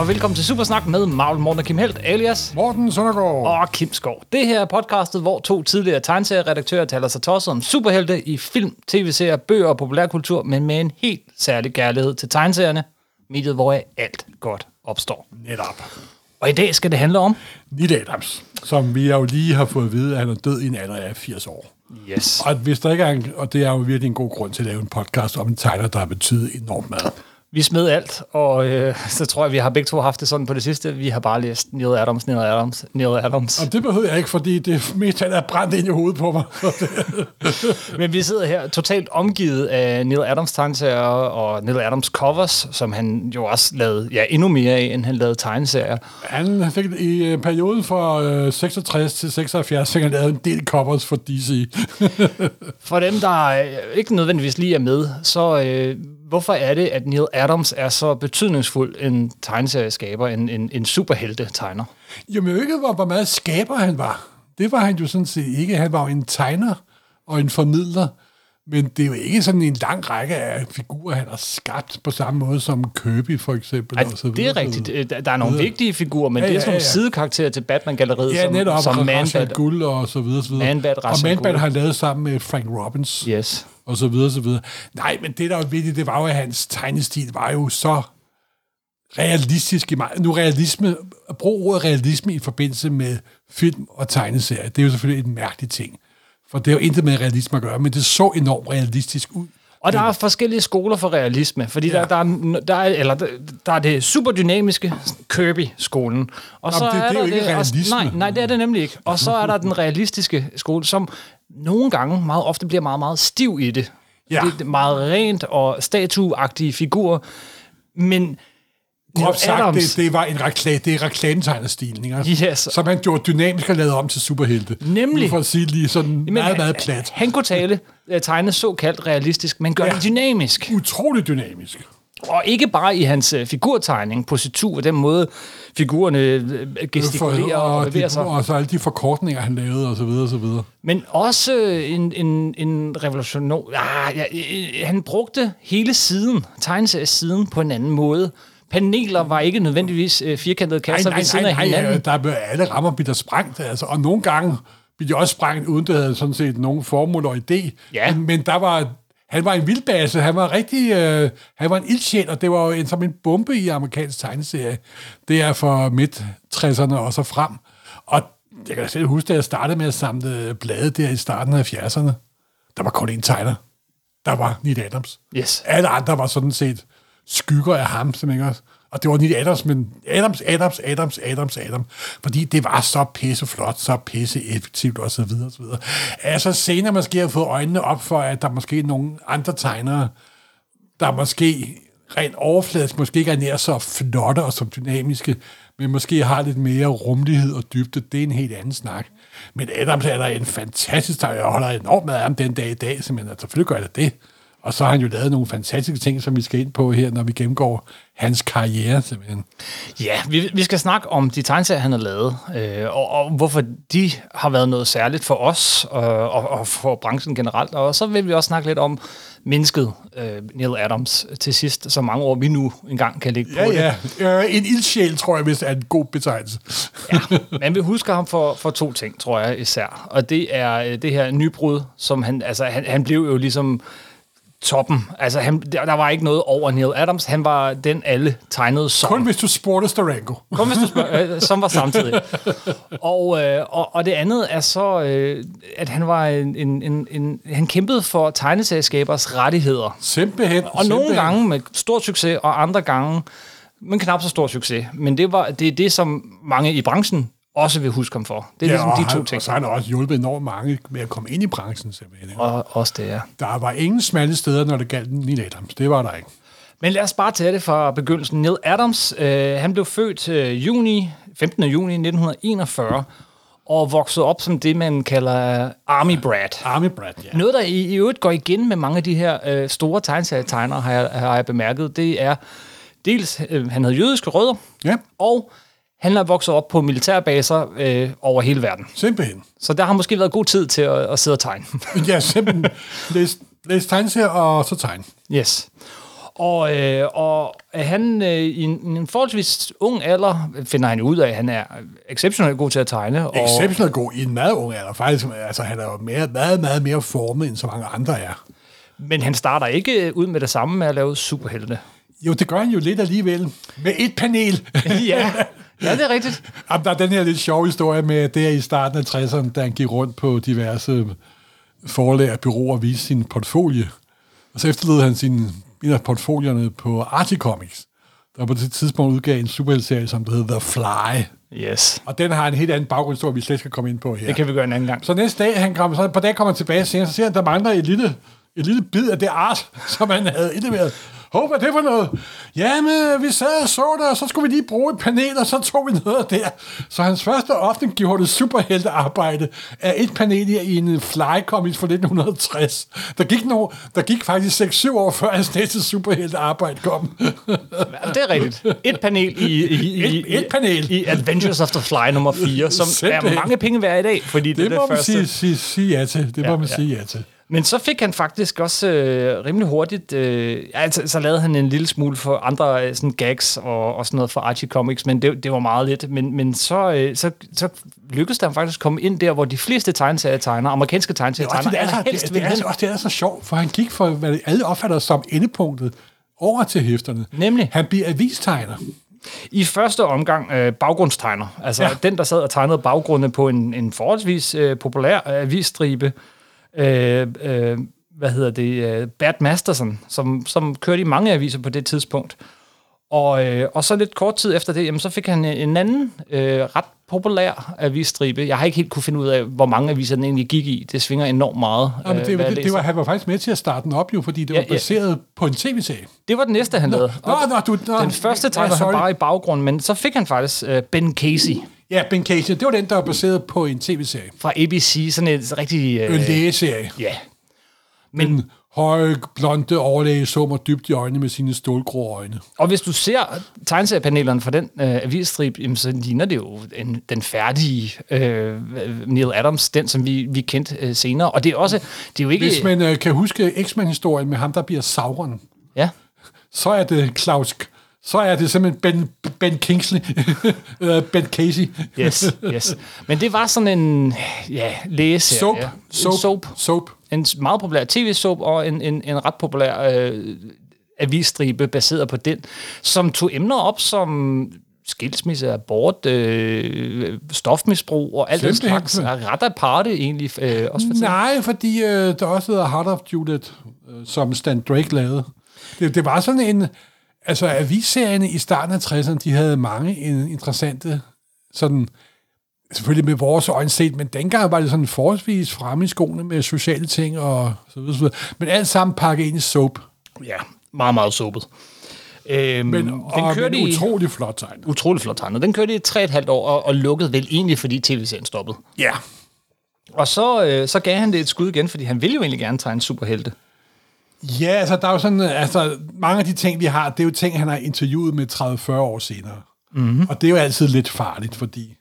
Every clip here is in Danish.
og velkommen til Supersnak med Marvel, Morten og Kim Helt, alias Morten Søndergaard og Kim Skov. Det her er podcastet, hvor to tidligere tegneserieredaktører taler sig tosset om superhelte i film, tv-serier, bøger og populærkultur, men med en helt særlig kærlighed til tegneserierne, mediet, hvor alt godt opstår. Netop. Og i dag skal det handle om Neil Adams, som vi jo lige har fået at vide, at han er død i en alder af 80 år. Yes. Og hvis der ikke er og det er jo virkelig en god grund til at lave en podcast om en tegner, der har betydet enormt meget. Vi smed alt, og så tror jeg, vi har begge to haft det sådan på det sidste. Vi har bare læst Neil Adams. Og det behøver jeg ikke, fordi det meste er brændt ind i hovedet på mig. Men vi sidder her totalt omgivet af Neil Adams tegneserier og Neil Adams covers, som han jo også lavede endnu mere af, end han lavede tegneserier. Han fik i perioden fra 66 til 76, fik han lavet en del covers for DC. For dem, der ikke nødvendigvis lige er med, så hvorfor er det, at Neil Adams er så betydningsfuld en tegneserieskaber, en superhelte-tegner? Jamen, jeg ved ikke, hvor meget skaber han var. Det var han jo sådan set ikke. Han var jo en tegner og en formidler, men det er jo ikke sådan en lang række af figurer, han har skabt på samme måde som Kirby, for eksempel. Ej, og så videre, det er rigtigt. Der er nogle vigtige figurer, men det er sådan nogle sidekarakterer til Batman-galleriet, som Man-Bat Guld og så videre. Man-Bat, og Man-Bat har han lavet sammen med Frank Robbins. Yes. Og så videre, så videre. Nej, men det, der var vigtigt, det var jo, at hans tegnestil var jo så realistisk. At bruge ordet realisme i forbindelse med film og tegneserier, det er jo selvfølgelig en mærkelig ting. For det er jo intet med realisme at gøre, men det så enormt realistisk ud. Og der er forskellige skoler for realisme, fordi der er det superdynamiske Kirby-skolen. Og så det er jo ikke realisme. Nej, det er det nemlig ikke. Og så er der den realistiske skole, som nogle gange meget ofte bliver meget, meget stiv i det. Ja. Det er meget rent og statueagtige figurer, men groft sagt, det er reklametegnerstilen, ikke? Yes. Som han gjorde dynamisk og lavede om til superhelte. Nemlig. For at sige lige sådan meget plat. Han kunne tegne såkaldt realistisk, men gør det dynamisk. Utroligt dynamisk. Og ikke bare i hans figurtegning, positur, den måde figurerne gestikulerer og bevæger sig. Og så alle de forkortninger, han lavede, og så videre, og så videre. Men også en revolution. Han brugte hele tegneseriesiden på en anden måde. Paneler var ikke nødvendigvis firkantede kasser ved siden af hinanden. Nej, der blev alle rammer bliver sprængt, altså, og nogle gange blev de også sprængt, uden det havde sådan set nogen formål og idé. Ja. Men der var... Han var en vildbase, han var en ildsjæl, og det var jo som en bombe i amerikansk tegneserie. Det er for midt-60'erne og så frem. Og jeg kan selv huske, da jeg startede med at samle blade der i starten af 70'erne, der var kun en tegner. Der var Neil Adams. Yes. Alle andre var sådan set skygger af ham, simpelthen også. Og det var Neil Adams, men Adams. Fordi det var så pisseflot, så pisseeffektivt og så videre, og så videre. Altså senere måske har fået øjnene op for, at der måske er nogle andre tegnere, der måske rent overfladisk, måske ikke er nær så flotte og så dynamiske, men måske har lidt mere rummelighed og dybde. Det er en helt anden snak. Men Adams er der en fantastisk tegner. Jeg holder enormt meget af ham den dag i dag, simpelthen. Selvfølgelig gør det. Og så har han jo lavet nogle fantastiske ting, som vi skal ind på her, når vi gennemgår hans karriere, simpelthen. Ja, vi skal snakke om de tegneserier, han har lavet, og hvorfor de har været noget særligt for os og for branchen generelt. Og så vil vi også snakke lidt om mennesket Neil Adams til sidst, så mange år vi nu engang kan lægge på det. Ja, en ildsjæl, tror jeg, hvis er en god betegnelse. Ja, men vi husker ham for to ting, tror jeg især. Og det er det her nybrud, som han blev jo ligesom toppen. Altså, der var ikke noget over Neil Adams. Han var den, alle tegnede som. Kun hvis du spurgte Steranko. Kun hvis du spurgte, som var samtidig. Og det andet er så, at han var han kæmpede for tegneserieskabers rettigheder. Simpelthen. Og nogle gange med stor succes, og andre gange med knap så stor succes. Men det er det, som mange i branchen også vil huske ham for. Det er ligesom de to ting. Og så har han også hjulpet enormt mange med at komme ind i branchen, simpelthen. Og også det, ja. Der var ingen smalle steder, når det galt Neil Adams. Det var der ikke. Men lad os bare tage det fra begyndelsen. Neil Adams, han blev født 15. juni 1941, og voksede op som det, man kalder Army Brat. Army Brat, ja. Noget, der i øvrigt går igen med mange af de her store tegneserietegnere, har jeg bemærket, det er dels, han havde jødiske rødder, ja, og han er vokset op på militærbaser over hele verden. Simpelthen. Så der har måske været god tid til at sidde og tegne. Ja, simpelthen. Læs tegneserier og så tegne. Yes. Og han i en forholdsvis ung alder finder han ud af, at han er exceptionelt god til at tegne. Exceptionelt god i en meget ung alder. Faktisk, altså, han er jo meget mere formet, end så mange andre er. Men han starter ikke ud med det samme med at lave superhelte. Jo, det gør han jo lidt alligevel. Med et panel. Ja, det er rigtigt. Der er den her lidt sjove historie med det i starten af 60'erne, da han gik rundt på diverse forlag og bureauer og viste sin portfolie. Og så efterlod han en af portfolierne på Archie Comics, der på det tidspunkt udgav en superheltserie, som hedder The Fly. Yes. Og den har en helt anden baggrundshistorie, vi slet skal komme ind på her. Det kan vi gøre en anden gang. Så næste dag, på dag kommer han tilbage senere, så ser han, der mangler et lille bid af det art, som han havde indleveret. Hvad er det for noget? Jamen, vi sad og så der, og så skulle vi lige bruge et panel, og så tog vi noget der. Så hans første offentliggjorte superheltearbejde er et panel i en Fly-comics fra 1960. Der gik faktisk 6-7 år før hans næste superheltearbejde kom. Det er rigtigt. Et panel et panel i Adventures of the Fly nummer 4, som er mange penge værd i dag, fordi det er det første. Det må man sige ja til. Det må man sige ja til. Men så fik han faktisk også rimelig hurtigt, så lavede han en lille smule for andre sådan gags og sådan noget for Archie Comics, men det var meget lidt. Men så lykkedes det ham faktisk at komme ind der, hvor de fleste tegneserier-tegnere, amerikanske tegneserier-tegnere, helst vil hen. Det er så sjovt, for han gik for, hvad alle opfatter som endepunktet over til hæfterne. Nemlig? Han bliver avistegner. I første omgang baggrundstegner. Altså den, der sad og tegnede baggrunde på en forholdsvis populær avisstribe, Bert Masterson, som kørte i mange aviser på det tidspunkt. Og så lidt kort tid efter det, jamen, så fik han en anden ret populær avisstribe. Jeg har ikke helt kunne finde ud af, hvor mange aviser den egentlig gik i. Det svinger enormt meget. Han var faktisk med til at starte den op, jo, fordi det var baseret på en tv-serie. Det var den næste, han lavede. Den første tegner han bare i baggrunden, men så fik han faktisk Ben Casey. Ja, Ben Casey, det var den, der var baseret på en tv-serie. Fra ABC, sådan en rigtig... lægeserie. Ja. Men høje, blonde overlæge så mig dybt i øjnene med sine stålgrå øjne. Og hvis du ser tegneseriepanelerne fra den avisstrip, så ligner det jo den færdige Neil Adams, den som vi kendte senere. Og det er jo ikke... Hvis man kan huske X-Men-historien med ham, der bliver Sauron, så er det så er det simpelthen Ben Kingsley, Ben Casey. Yes. Men det var sådan en lægeserie. Soap. En meget populær tv-soap og en ret populær avisstribe baseret på den, som tog emner op som skilsmisse, abort, stofmisbrug og alt det slags. Ret aparte egentlig. Også for nej, fordi der også hedder Heart of Judith, som Stan Drake lavede. Det var sådan en... Altså, avisserierne i starten af 60'erne, de havde mange interessante, sådan, selvfølgelig med vores øjne set, men dengang var det sådan forholdsvis fremme i skoene med sociale ting og så videre. Men alt sammen pakket ind i soap. Ja, meget, meget soapet. Men utrolig flot tegnet. Utrolig flot tegnet. Den kørte i 3,5 år og lukkede vel egentlig, fordi tv-serien stoppede. Ja. Og så gav han det et skud igen, fordi han ville jo egentlig gerne tegne superhelte. Ja, altså der er jo sådan, mange af de ting, vi har, det er jo ting, han har interviewet med 30-40 år senere. Mm-hmm. Og det er jo altid lidt farligt, fordi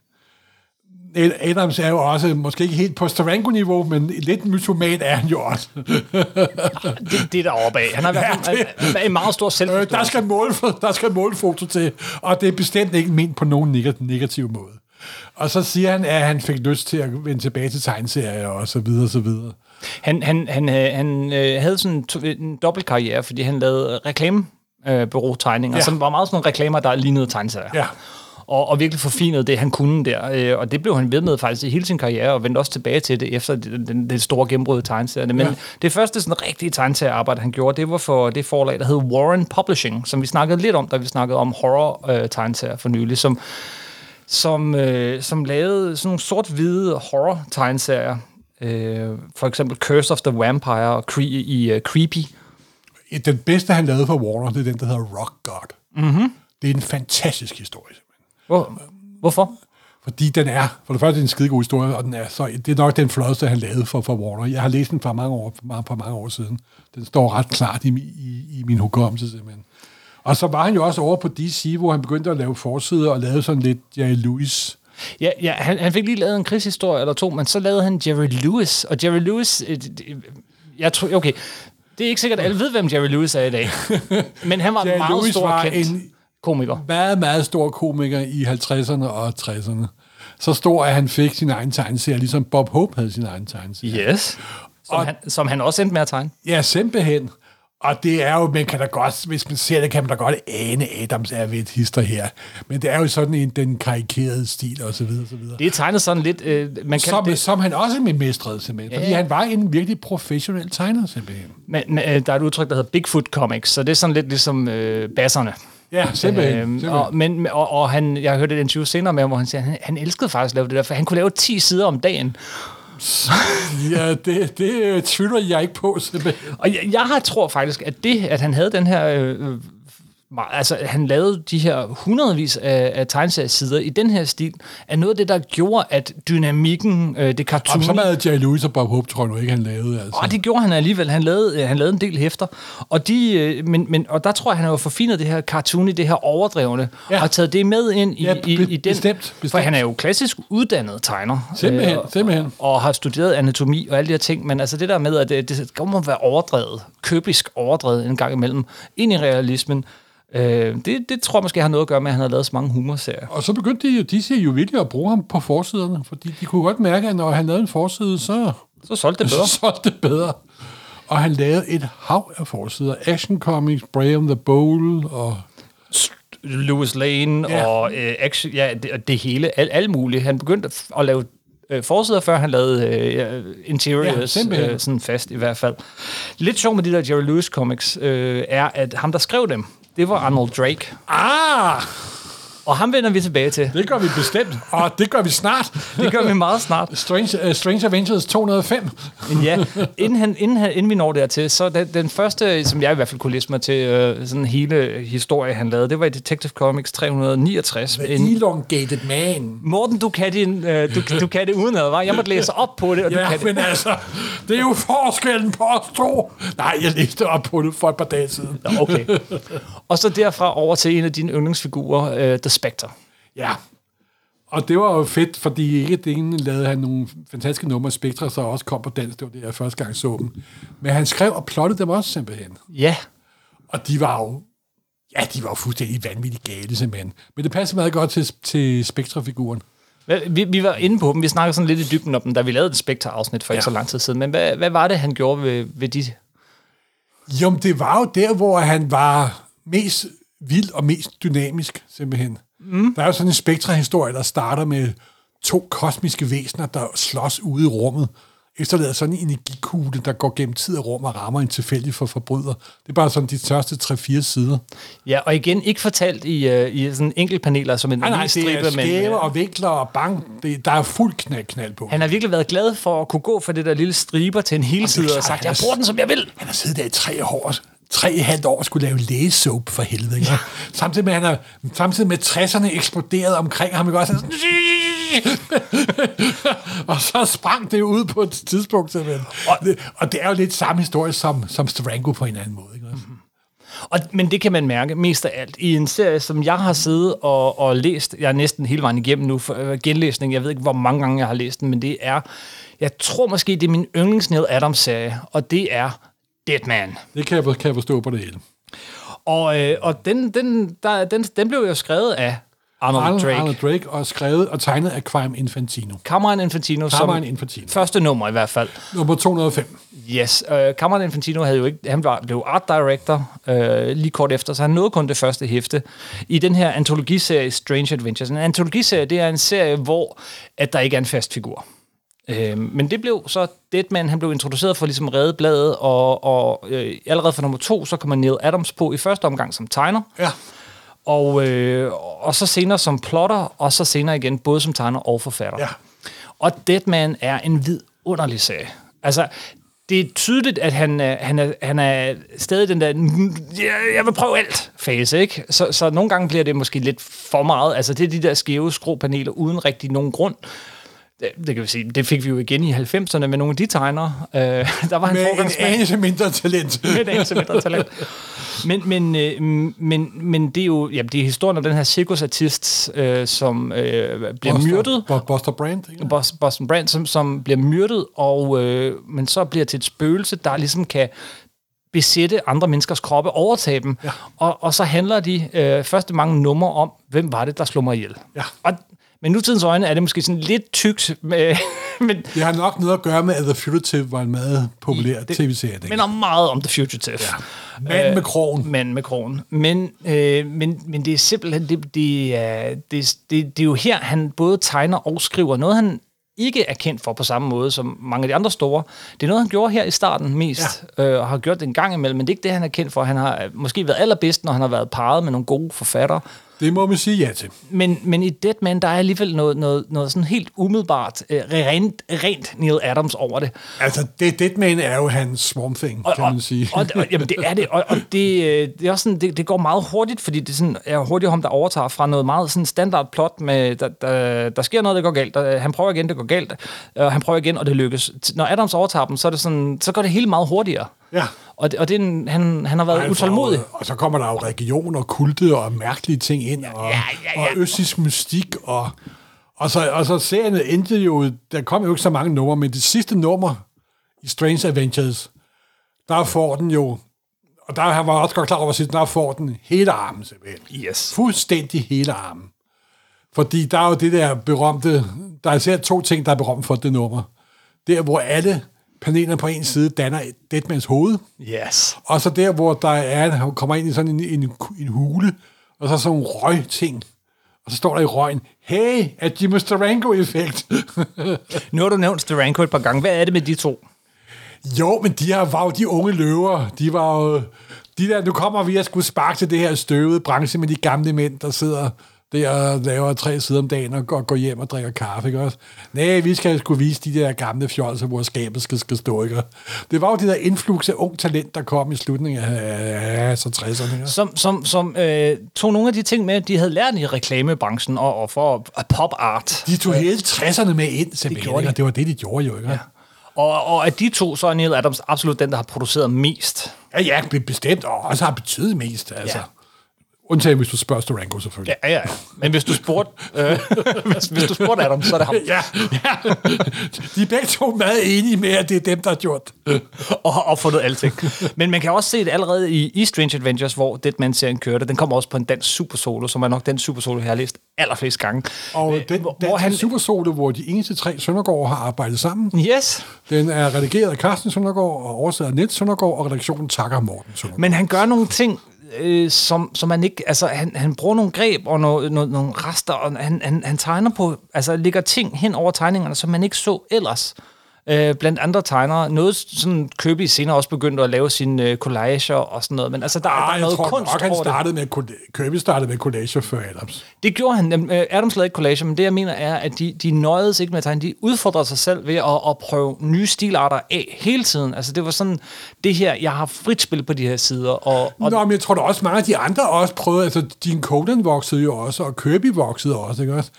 Adams er jo også, måske ikke helt på Steranko-niveau, men lidt mytoman er han jo også. det er deroppe af. Han har været en meget stor selvforståelse. Der skal målfoto til, og det er bestemt ikke ment på nogen negativ måde. Og så siger han, at han fik lyst til at vende tilbage til tegneserier og så videre, så videre. Han havde sådan en dobbelt karriere, fordi han lavede reklamebureautegninger, som var meget sådan nogle reklamer, der lignede tegneserier. Ja. Og virkelig forfinede det, han kunne der. Og det blev han ved med faktisk i hele sin karriere, og vendte også tilbage til det efter det store gennembrud i tegneserierne. Men det første sådan rigtige tegneseriearbejde, han gjorde, det var for det forlag, der hed Warren Publishing, som vi snakkede lidt om, da vi snakkede om horror-tegneserier for nylig, som lavede sådan nogle sort-hvide horror-tegneserier. For eksempel Curse of the Vampire og Creepy. Den bedste, han lavede for Warner, det er den, der hedder Rock God. Mm-hmm. Det er en fantastisk historie. Hvorfor? Fordi den er, for det første, en skidegod historie, og det er nok den flotteste, han lavede for Warner. Jeg har læst den for mange år siden. Den står ret klart i min hukommelse, simpelthen. Og så var han jo også over på DC, hvor han begyndte at lave forsider og lavede sådan lidt Jerry Lewis. Ja, han fik lige lavet en krigshistorie eller to, men så lavede han Jerry Lewis, og Jerry Lewis, jeg tror, okay, Det er ikke sikkert, at alle ved, hvem Jerry Lewis er i dag. Men han var en meget stor kendt komiker. Meget, meget stor komiker i 50'erne og 60'erne. Så stor, at han fik sin egen tegneserie, ligesom Bob Hope havde sin egen tegneserie. Yes. Som han også endte med at tegne. Ja, simpelthen. Og det er jo, man kan da godt, hvis man ser det, kan man da godt ane Adams er ved et hister her. Men det er jo sådan den karikerede stil, og så videre, så videre. Det er tegnet sådan lidt... som han også mestrede, simpelthen. Fordi han var en virkelig professionel tegner, simpelthen. Men der er et udtryk, der hedder Bigfoot Comics, så det er sådan lidt ligesom basserne. Ja, simpelthen. Og jeg har hørt et interview senere med ham, hvor han siger, at han elskede faktisk at lave det der, for han kunne lave 10 sider om dagen. Ja, det tvivler jeg ikke på, simpelthen. Og jeg tror faktisk, at han havde den her... han lavede de her hundredvis af tegneseriesider i den her stil, er noget af det, der gjorde, at dynamikken, det cartoon... Og så havde Jerry Lewis og Bob Hope, tror jeg nu ikke, han lavede. Altså. Og det gjorde han alligevel. Han lavede en del hæfter. Og, og der tror jeg, han har forfinet det her cartoon i det her overdrevne, og taget det med ind i den... Bestemt. For han er jo klassisk uddannet tegner. Simpelthen. Og har studeret anatomi og alle de her ting, men altså det der med, at det må være overdrevet, købisk overdrevet en gang imellem, ind i realismen. Det tror jeg måske har noget at gøre med, at han har lavet så mange humorserier. Og så begyndte de siger jo virkelig at bruge ham på forsiderne, fordi de kunne godt mærke, at når han lavede en forside, så solgte det bedre. Så solgte det bedre. Og han lavede et hav af forsider. Action Comics, Brave the Bold og... Louis Lane og action, det hele, alt muligt. Han begyndte at lave forsider, før han lavede interiors, sådan fast i hvert fald. Lidt sjovt med de der Jerry Lewis comics, er, at ham, der skrev dem, det var Arnold Drake. Og ham vender vi tilbage til. Det gør vi bestemt, og det gør vi snart. Det gør vi meget snart. Strange Adventures 205. Ja, inden vi når dertil, så den første, som jeg i hvert fald kunne læse mig til, sådan hele historie, han lavede, det var i Detective Comics 369. The Elongated Man. Morten, du kan det udenad, var? Jeg måtte læse op på det, og du kan det. Men altså, det er jo forskellen på os to. Nej, jeg læste op på det for et par dage siden. Okay. Og så derfra over til en af dine yndlingsfigurer, The Spectre. Ja, og det var jo fedt, fordi ikke det ene lavede han nogle fantastiske numre af Spectre, så også kom på dansk, det var det, jeg første gang så dem. Men han skrev og plottede dem også simpelthen. Ja. Og de var jo fuldstændig vanvittigt gale simpelthen. Men det passer meget godt til Spectre-figuren. Vi var inde på dem, vi snakkede sådan lidt i dybden om dem, da vi lavede et Spectre-afsnit for ikke så lang tid siden. Men hvad var det, han gjorde ved de? Jo, det var jo der, hvor han var mest vild og mest dynamisk, simpelthen. Der er jo sådan en Spectre-historie, der starter med 2 kosmiske væsener, der slås ude i rummet. Efterlader sådan en energikugle, der går gennem tid og rum og rammer en tilfældig for forbryder. Det er bare sådan de første 3-4 sider. Ja, og igen, ikke fortalt i sådan enkeltpaneler som en nej, det er skæve og vinkler og bang. Der er fuld knald på. Han har virkelig været glad for at kunne gå fra det der lille striber til en hel side og sagt, jeg bruger den, som jeg vil. Han har siddet der i 3,5 år skulle lave lægesoap for helvede. Ikke? Samtidig med 60'erne eksploderede omkring ham, ikke også? Og så sprang det ud på et tidspunkt, simpelthen. Og det er jo lidt samme historie som Strango på en anden måde. Ikke? Men det kan man mærke mest af alt i en serie, som jeg har siddet og læst. Jeg er næsten hele vejen igennem nu for genlæsning. Jeg ved ikke, hvor mange gange jeg har læst den, men det er... Jeg tror måske, det er min yndlings Neil Adams-serie, og det er Deadman. Det kan jeg forstå på det hele. Og den blev jo skrevet af Arnold Drake og skrevet og tegnet af Cameron Infantino. Cameron Infantino. Første nummer i hvert fald. Nummer 205. Yes. Cameron Infantino havde jo ikke... Han blev art director lige kort efter, så han nåede kun det første hæfte i den her antologiserie Strange Adventures. En antologiserie, det er en serie, hvor at der ikke er en fast figur. Men det blev så Deadman, han blev introduceret for ligesom redde bladet, og allerede for nummer 2, så kommer Neil Adams på i første omgang som tegner. Ja. Og så senere som plotter, og så senere igen både som tegner og forfatter. Ja. Og Deadman er en vidunderlig serie. Altså, det er tydeligt, at han er stadig den der, jeg vil prøve alt fase, ikke? Så nogle gange bliver det måske lidt for meget. Altså, det er de der skæve skråpaneler uden rigtig nogen grund. Det kan vi sige, det fik vi jo igen i 90'erne med nogle af de tegnere. Der var med en anelse mindre talent. Med en anelse mindre talent. Men det er jo det er historien om den her cirkusartist, som bliver myrdet. Buster Brand, ikke? Boston Brand, som bliver myrdet, men så bliver til et spøgelse, der ligesom kan besætte andre menneskers kroppe, overtage dem, og så handler de første mange numre om, hvem var det, der slog mig ihjel. Ja. Og med nutidens øjne er det måske sådan lidt tykt. Men det har nok noget at gøre med, at The Fugitive var en meget populær tv-serie. Det minder meget om The Fugitive. Ja. Mand med krogen. Mand med krogen. Men det er simpelthen, det er jo her, han både tegner og skriver. Noget, han ikke er kendt for på samme måde som mange af de andre store. Det er noget, han gjorde her i starten mest, og har gjort det en gang imellem, men det er ikke det, han er kendt for. Han har måske været allerbedst, når han har været parret med nogle gode forfattere. Det må man sige ja til. Men i Deadman, der er alligevel noget sådan helt umiddelbart, rent Neal Adams over det. Altså, Deadman er jo hans Swamp Thing, kan man sige. Jamen, det er det. Og det er også sådan, det går meget hurtigt, fordi det sådan, er hurtigt ham, der overtager fra noget meget sådan standard plot med, der sker noget, der går galt. Han prøver igen, det går galt. Han prøver igen, og det lykkes. Når Adams overtager dem, så er det sådan, så går det hele meget hurtigere. Ja. Og det, han har været utålmodig. Og så kommer der jo region og kulte og mærkelige ting ind, og østisk mystik, og så serien endte jo, der kom jo ikke så mange numre, men det sidste nummer i Strange Adventures, der får den jo, og der var også godt klar over, at der får den hele armen simpelthen. Yes. Fuldstændig hele armen. Fordi der er jo det der berømte, der er især 2 ting, der er berømt for det nummer. Der, hvor alle panelerne på en side danner Deadmans hoved. Yes. Og så der, hvor han kommer ind i sådan en hule, og så sådan en røgting. Og så står der i røgen, hey, er Jimmy Steranko-effekt? Nu har du nævnt Steranko et par gange. Hvad er det med de 2? Jo, men var jo de unge løver. De var jo... nu kommer vi at skulle sparke til det her støvede branche med de gamle mænd, der sidder der og laver 3 sider om dagen og går hjem og drikker kaffe, ikke også? Nej, vi skal sgu vise de der gamle fjolser, hvor skabet skal stå, ikke? Det var jo det der influx af ung talent, der kom i slutningen af 60'erne, ikke? Som tog nogle af de ting med, de havde lært i reklamebranchen og for pop art. De tog hele 60'erne med ind, simpelthen, og det var det, de gjorde jo, ikke? Ja. Og af de 2, så er Neal Adams absolut den, der har produceret mest. Ja, bestemt, og også har betydet mest, altså. Ja. Undtagen, hvis du spørger Steranko, selvfølgelig. Ja. Men hvis du spurgte, hvis du spurgte Adam, så er det ham. Ja. De er begge 2 meget enige med, at det er dem, der har gjort. og fundet alting. Men man kan også se det allerede i Strange Adventures, hvor Deadman-serien kørte. Den kommer også på en dansk supersolo, som er nok den supersolo, jeg har læst allerflest gange. Og den supersolo, hvor de eneste 3 Søndergaard har arbejdet sammen. Yes. Den er redigeret af Carsten Søndergaard, og oversat af Niels Søndergaard, og redaktionen takker Morten Søndergaard. Men han gør nogle ting, som man ikke, altså han bruger nogle greb og nogle rester, og han tegner på, altså lægger ting hen over tegningerne, som man ikke så ellers. Blandt andre tegnere. Noget sådan Kirby senere også begyndte at lave sine collager og sådan noget, men altså der er noget kunst over det. Kirby startede med collager før Adams. Det gjorde han. Adams lavede ikke collager, men det jeg mener er, at de nøjedes ikke med at tegne. De udfordrede sig selv ved at prøve nye stilarter af hele tiden. Altså det var sådan, det her, jeg har frit spil på de her sider. Men jeg tror da også, mange af de andre også prøvede, altså Gene Colan voksede jo også, og Kirby voksede også, ikke også?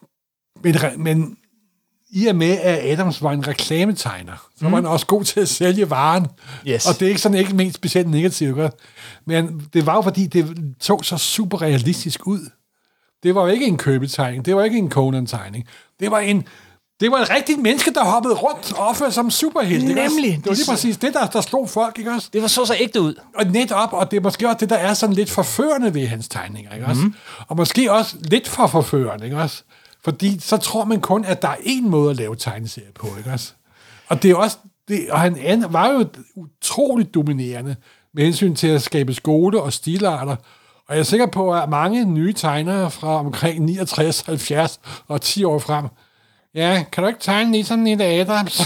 Men i og med, at Adams var en reklametegner, så var han også god til at sælge varen. Yes. Og det er ikke sådan ikke mest specielt negativt. Men det var jo, fordi det tog så super realistisk ud. Det var jo ikke en Kirby-tegning. Det var ikke en Conan-tegning. Det var en rigtig menneske, der hoppede rundt og opførte som superhelt. Nemlig. Det var lige præcis det, der slog folk, ikke også? Det var så ægte ud. Og netop, og det er måske også det, der er sådan lidt forførende ved hans tegninger, ikke også? Og måske også lidt for forførende, ikke også? Fordi så tror man kun, at der er én måde at lave tegneserier på, ikke også? Og det er også, og han var jo utroligt dominerende med hensyn til at skabe skole og stilarter. Og jeg er sikker på, at mange nye tegnere fra omkring 69, 70 og 10 år frem, ja, kan du ikke tegne lige sådan en Adams?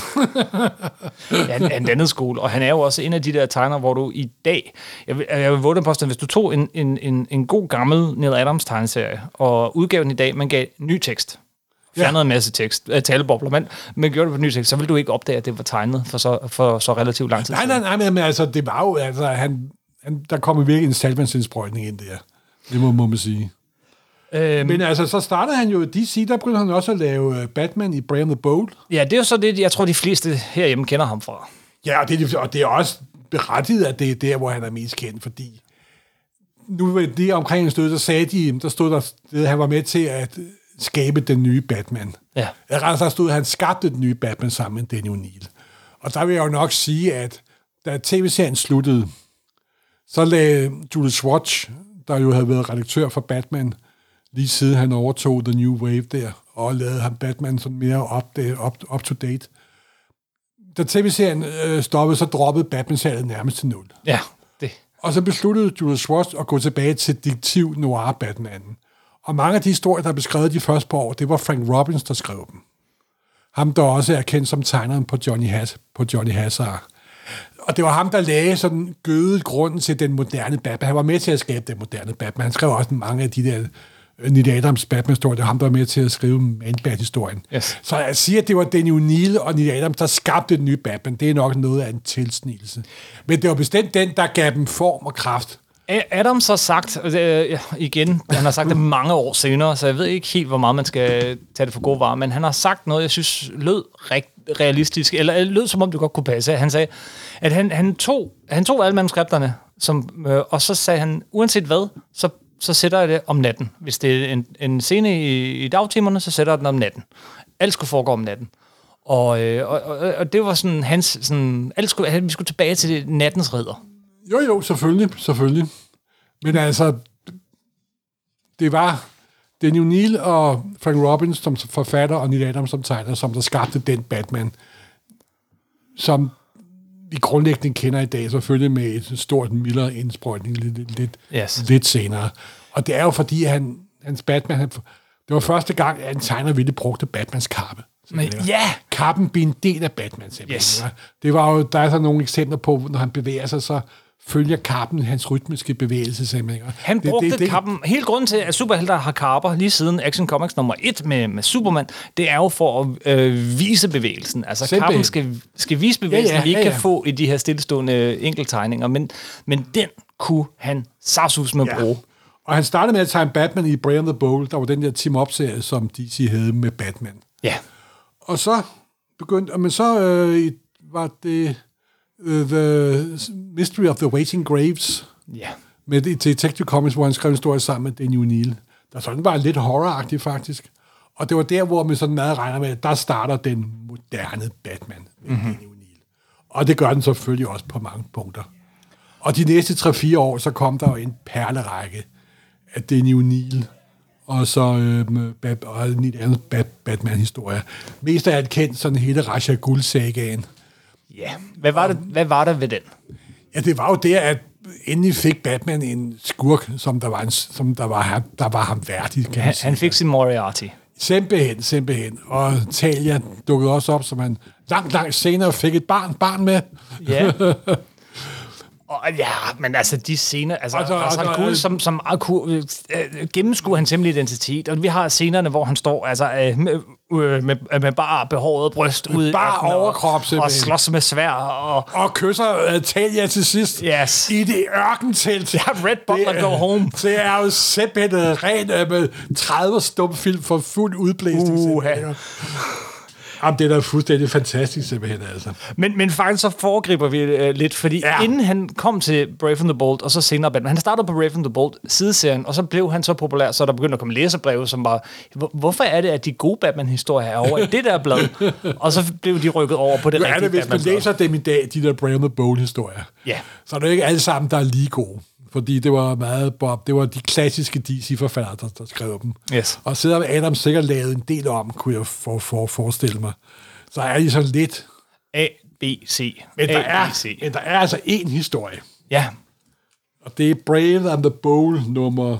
Ja, en anden skole, og han er jo også en af de der tegnere, hvor du i dag, jeg vil våge den påstand, hvis du tog en god gammel Neal Adams tegneserie, og udgav den i dag, man gav ny tekst, fjernede en masse tekst, talebobler, men gjorde det på ny tekst, så ville du ikke opdage, at det var tegnet for så relativt lang tid. Nej, men altså, det var jo, altså, der kom virkelig en salgmandsindsprøjtning ind der. Det må man sige. Men altså, så startede han jo i DC, der begyndte han også at lave Batman i Brave and the Bold. Ja, det er jo så det, jeg tror, de fleste herhjemme kender ham fra. Ja, og det er også berettiget, at det er der, hvor han er mest kendt, fordi nu det omkring en stød, der stod der, at han var med til at skabe den nye Batman. Ja. Der stod, at han skabte den nye Batman sammen med Danny O'Neill. Og der vil jeg jo nok sige, at da tv-serien sluttede, så lagde Julius Schwartz, der jo havde været redaktør for Batman, lige siden han overtog The New Wave der, og lavede ham Batman sådan mere up to date. Da tv-serien stoppede, så droppede Batman-salget nærmest til 0. Ja, det. Og så besluttede Julius Schwartz at gå tilbage til detektiv noir Batman. Og mange af de historier, der er beskrevet de første par år, det var Frank Robbins, der skrev dem. Ham, der også er kendt som tegneren på Johnny Hazard. Og det var ham, der lagde sådan gødet grunden til den moderne Batman. Han var med til at skabe den moderne Batman. Han skrev også mange af de der Neil Adams Batman-historier. Det var ham, der var med til at skrive Man-Bat-historien. Yes. Så jeg siger, at det var Denny O'Neil og Neil Adams, der skabte den nye Batman. Det er nok noget af en tilsnigelse. Men det var bestemt den, der gav dem form og kraft. Adams har sagt, igen, han har sagt det mange år senere, så jeg ved ikke helt, hvor meget man skal tage det for gode varer, men han har sagt noget, jeg synes lød realistisk, eller lød som om det godt kunne passe. Han sagde, at han tog alle manuskripterne, og så sagde han, uanset hvad, så sætter jeg det om natten. Hvis det er en scene i dagtimerne, så sætter jeg den om natten. Alt skulle foregå om natten. Og det var sådan hans, sådan, vi skulle tilbage til nattens ridder. Jo, selvfølgelig. Men altså, det var Denny O'Neil og Frank Robbins som forfatter, og Neil Adams som tegner, som der skabte den Batman, som vi grundlæggende kender i dag, selvfølgelig med et stort Miller-indsprøjtning lidt senere. Og det er jo fordi, hans Batman, det var første gang, at en tegner ville brugte Batmans kappe. Kappen blev en del af Batman, simpelthen. Yes. Det var jo, der er så nogle eksempler på, når han bevæger sig, så følger kappen hans rytmiske bevægelse, simpelthen. Han brugte kappen. Hele grunden til, at superhelter har kapper, lige siden Action Comics nummer 1 med Superman, det er jo for at vise bevægelsen. Altså, simpelthen. Kappen skal vise bevægelsen, vi ikke kan få i de her stillestående enkelttegninger, men den kunne han saftsus med at bruge. Og han startede med at tegne Batman i Brave and the Bold, der var den der team-up-serie, som DC havde med Batman. Ja. Og så begyndte, men så var det The Mystery of the Waiting Graves, med Detective Comics, hvor han skrev en historie sammen med Denny O'Neil. Der sådan var lidt horroragtigt, faktisk. Og det var der, hvor man sådan meget regner med, at der starter den moderne Batman med Denny O'Neil. Og det gør den selvfølgelig også på mange punkter. Og de næste 3-4 år, så kom der jo en perlerække af Denny O'Neil, og så Batman-historier. Mest af alt kendt sådan hele Ra's al Ghul-sagaen. Ja, hvad var der ved den? Ja, det var jo der, at endelig fik Batman en skurk, der var ham værdig. Han fik sin Moriarty. Simpelthen. Og Talia dukkede også op, som han langt senere fik et barn med. Ja. Men altså de scener, som kunne gennemskue hans hemmelige identitet, og vi har scenerne, hvor han står med bare behåret bryst ud bare overkrop og slås med svær og kysser Talia til sidst i det ørkentelt. Ja, Red Butler Go Home. Det er jo simpelthen rent med 30 stumfilm for fuld udblæsning. Jamen, det er da fuldstændig fantastisk, simpelthen, altså. Men faktisk så foregriber vi lidt, fordi inden han kom til Brave and the Bold, og så senere Batman, han startede på Brave and the Bold sideserien, og så blev han så populær, så der begyndte at komme læserbreve, som var, hvorfor er det, at de gode Batman-historier er over i det der blad? Og så blev de rykket over på det rigtige Batman-blad. Hvis man læser dem i dag, de der Brave and the Bold-historier, så er det ikke alle sammen, der er lige gode. Fordi det var de klassiske DC-forfattere, der skrev dem. Yes. Og selvom Adams sikkert lavede en del om, kunne jeg forestille mig, så er de sådan lidt A, B, C. Men der er altså én historie. Ja. Og det er Brave and the Bold nummer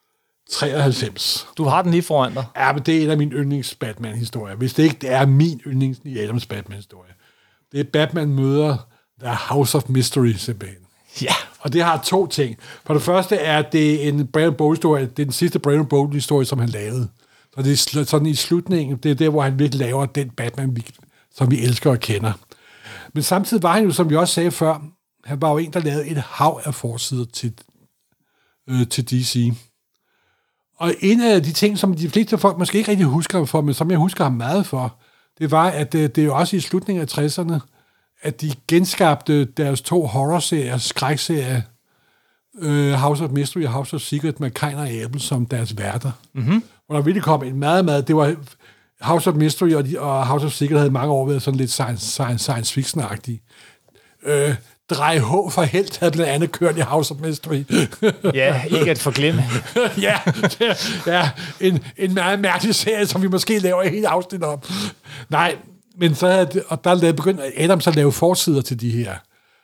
93. Du har den lige foran dig. Ja, men det er en af mine yndlings-Batman-historier. Hvis det ikke det er min yndlings i Adams Batman-historie. Det er Batman møder The House of Mystery, simpelthen. Ja. Og det har 2 ting. For det første er det en Brave Bold-historie. Det er den sidste Brave Bold-historie, som han lavede. Så det er sådan i slutningen, det er der, hvor han virkelig laver den Batman, som vi elsker og kender. Men samtidig var han jo, som vi også sagde før, han var jo en, der lavede et hav af forsider til DC. Og en af de ting, som de fleste folk måske ikke rigtig husker ham for, men som jeg husker ham meget for, det var, at det er jo også i slutningen af 60'erne, at de genskabte deres 2 horrorserier, skrækserier, House of Mystery og House of Secret med Kain og Abel som deres værter. Mm-hmm. Hvor der virkelig kom en meget, det var House of Mystery og House of Secret havde mange år været sådan lidt science fiction-agtige. Drej H. for Helt havde blandt andet kørt i House of Mystery. Ja, ikke at forglemme. ja, en meget mærkelig serie, som vi måske laver et helt afsnit om. Nej, men så havde og der begyndte Adams at lave forsider til de her.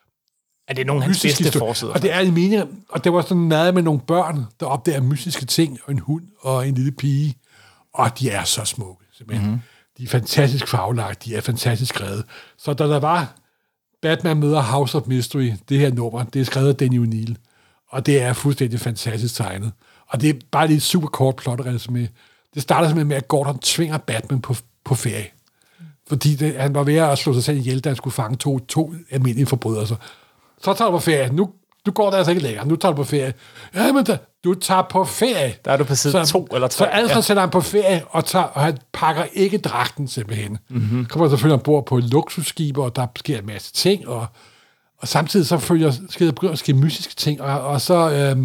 Er det nogle af hans bedste forsider? Og det er en mening, og det var sådan meget med nogle børn, der opdager mystiske ting, og en hund og en lille pige. Og de er så smukke, simpelthen. Mm-hmm. De er fantastisk farvelagt, de er fantastisk skrevet. Så da der var Batman møder House of Mystery, det her nummer, det er skrevet af Denny O'Neil, og det er fuldstændig fantastisk tegnet. Og det er bare lige et super kort plot med. Det starter simpelthen med, at Gordon tvinger Batman på ferie. Fordi han var ved at slå sig selv ihjel, da han skulle fange to almindelige forbrydelser. Så tager du på ferie. Nu går det altså ikke længere. Nu tager du på ferie. Jamen, du tager på ferie. Der er du på side 2 eller 3. Så Alfred sætter han på ferie, og han pakker ikke dragten simpelthen. Mm-hmm. Kommer selvfølgelig ombord på et luksusskib, og der sker en masse ting, og samtidig så begynder at ske mystiske ting, og så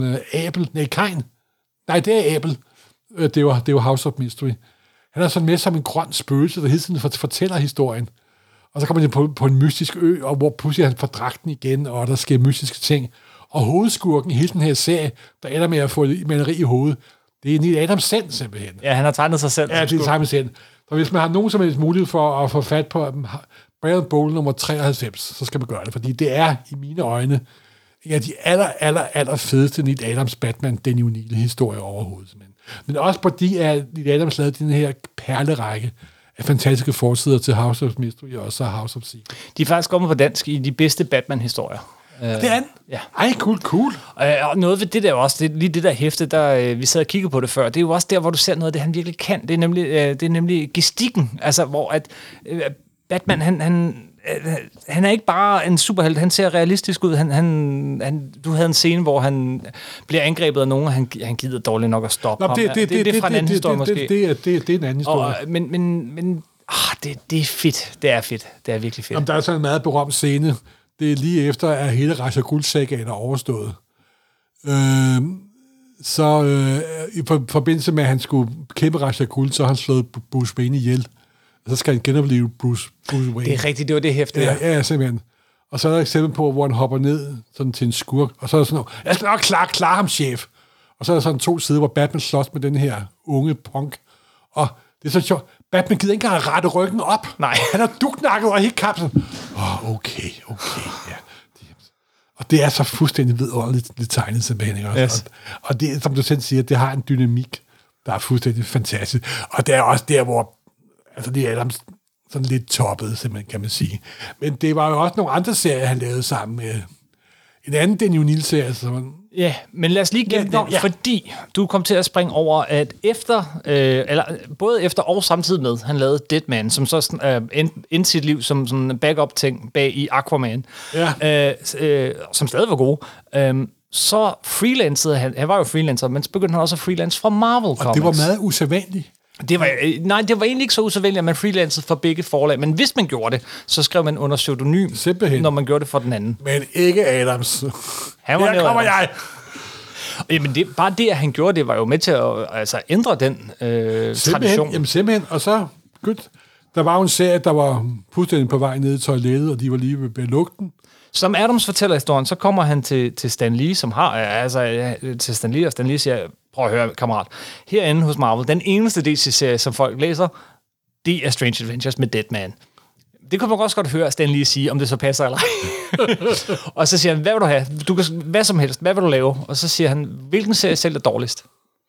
Kain. Nej, det er Abel. Det var House of Mystery. Han er sådan med som en grøn spøgelse, der hele tiden fortæller historien. Og så kommer han på en mystisk ø, og hvor pludselig han får dragten igen, og der sker mystiske ting. Og hovedskurken i hele den her serie, der ender med at få et maleri i hovedet, det er Neil Adams selv, simpelthen. Ja, han har tegnet sig selv. Ja, det er tegnet selv. Så hvis man har nogen som helst mulighed for at få fat på Brian Bowl nummer 93, så skal man gøre det, fordi det er, i mine øjne, en af de aller fedeste Neil Adams Batman, Denny O'Neil-historier overhovedet, simpelthen. Men også fordi, at Neil Adams lavede den her perlerække af fantastiske forsider til House of Mystery og også House of Secrets. De er faktisk kommet på dansk i de bedste Batman-historier. Det er den? Ja. Ej, cool. Og noget ved det der også, lige det der hæfte, der vi sad og kiggede på det før, det er jo også der, hvor du ser noget af det, han virkelig kan. Det er nemlig gestikken, altså hvor at Batman, han er ikke bare en superhelt, han ser realistisk ud. Du havde en scene, hvor han bliver angrebet af nogen, og han gider dårligt nok at stoppe ham. Det er fra en anden historie måske. Det er en anden historie. Men det er fedt. Det er fedt. Det er virkelig fedt. Jamen, der er sådan en meget berømt scene. Det er lige efter, at hele Ra's al Ghul-sagaen er overstået. I forbindelse med, at han skulle kæmpe Ra's al Ghul, så har han slået Bruce Wayne ihjel. Og så skal han genopleve Bruce Wayne. Det er rigtigt, det var det hæfte. Ja, simpelthen. Og så er der et eksempel på, hvor han hopper ned sådan til en skurk, og så er der sådan noget, jeg skal nok klare ham, chef. Og så er der sådan 2 sider, hvor Batman slås med den her unge punk. Og det er så sjovt. Batman gider ikke engang rette ryggen op. Nej. Han er duknakket over hele kapslen. Okay, ja. Og det er så fuldstændig vidunderligt tegnet simpelthen. Yes. Og det, som du selv siger, det har en dynamik, der er fuldstændig fantastisk. Og det er også der, hvor det er Adams sådan lidt toppet, simpelthen, kan man sige. Men det var jo også nogle andre serier, han lavede sammen med en anden Denny O'Neil-serie. Ja, men lad os lige gennem den, fordi du kom til at springe over, at både efter og samtidig med, han lavede Deadman, som så endte sit liv som sådan en backup-ting bag i Aquaman, som stadig var god. Så freelancede han var jo freelancer, men så begyndte han også at freelance fra Marvel Comics. Og det var meget usædvanligt. Det var egentlig ikke så usædvanligt, at man freelancede for begge forlag, men hvis man gjorde det, så skrev man under pseudonym, simpelthen, når man gjorde det for den anden. Men ikke Adams. Her kommer jeg! Jamen, bare det, at han gjorde det, var jo med til at ændre den tradition. Jamen simpelthen, og så, der var jo en serie, der var fuldstændig på vej ned i toilettet, og de var lige ved lugten. Som Adams fortæller historien, så kommer han til Stan Lee, til Stan Lee, og Stan Lee siger, prøv at høre, kammerat, herinde hos Marvel, den eneste DC-serie, som folk læser, det er Strange Adventures med Deadman. Det kunne man også godt høre Stan Lee sige, om det så passer eller ej. Og så siger han, hvad vil du have? Du kan, hvad som helst, hvad vil du lave? Og så siger han, hvilken serie sælger dårligst?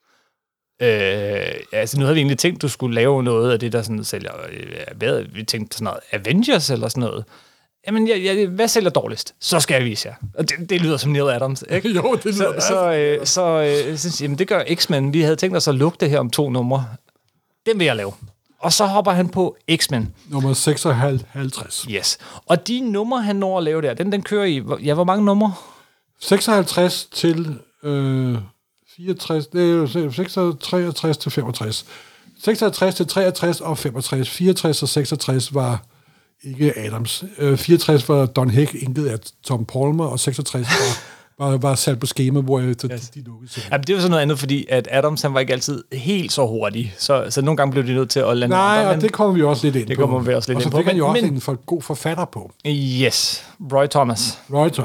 Nu havde vi egentlig tænkt, du skulle lave noget af det, der sådan sælger. Vi tænkte sådan noget Avengers eller sådan noget. Jamen, hvad sælger dårligst? Så skal jeg vise jer. Og det lyder som Neil Adams, ikke? Jo, det lyder så jamen, det gør X-Men. Vi havde tænkt os at lukke det her om 2 numre. Den vil jeg lave. Og så hopper han på X-Men. Nummer 56. Yes. Og de numre, han når at lave der, den kører i, hvor mange numre? 56 til 64, det er 63 til 65. 56 til 63 og 65. 64 og 66 var ikke Adams. 64 var Don Heck, intet af Tom Palmer, og 66 var var sat på skema, hvor de lukkede sig. Ja, det var sådan noget andet, fordi at Adams, han var ikke altid helt så hurtig, så nogle gange blev de nødt til at lande. Nej, og det kommer vi også lidt ind på. Det kommer vi også lidt ind på. Og så fik han jo også en god forfatter på. Yes, Roy Thomas.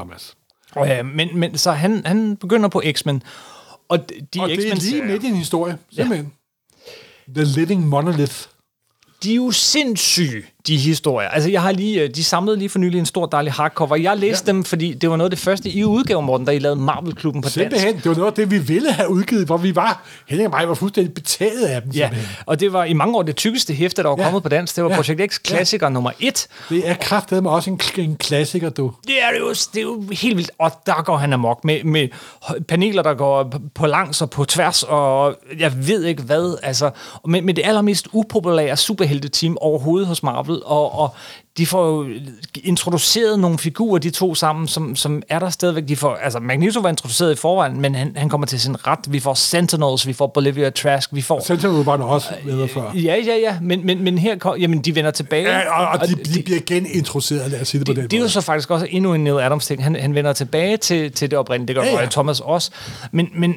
Men så han begynder på X-Men, og de og det X-Men er lige midt i en historie, simpelthen. The Living Monolith. De er jo sindssyge, de historier. Altså, de samlede lige for nylig en stor, dejlig hardcover. Jeg læste dem, fordi det var noget af det første, I udgav, Morten, da I lavede Marvel-klubben på dansk. Simpelthen, det var noget af det, vi ville have udgivet, hvor Henning og mig var fuldstændig betaget af dem. Ja, og det var i mange år det tykkeste hæfte, der var kommet på dansk. Det var Projekt X klassiker nummer 1. Det er kraftedeme også en klassiker, du. Det er jo helt vildt, og der går han amok med paneler, der går på langs og på tværs, og jeg ved ikke hvad, altså, med det allermest upopulære superhelteteam overhovedet hos Marvel, og de får jo introduceret nogle figurer, de to sammen, som er der stadigvæk. De får, altså, Magneto var introduceret i forvejen, men han kommer til sin ret. Vi får Sentinels, vi får Bolivia Trask, vi får... Sentinels var der også med før. Ja, men her jamen, de vender tilbage. Ja, og de bliver genintroduceret, lad os sige det på den måde. Det er jo så faktisk også endnu en Neil Adams ting. Han vender tilbage til det oprindelige. Det gør Roy Thomas også. Men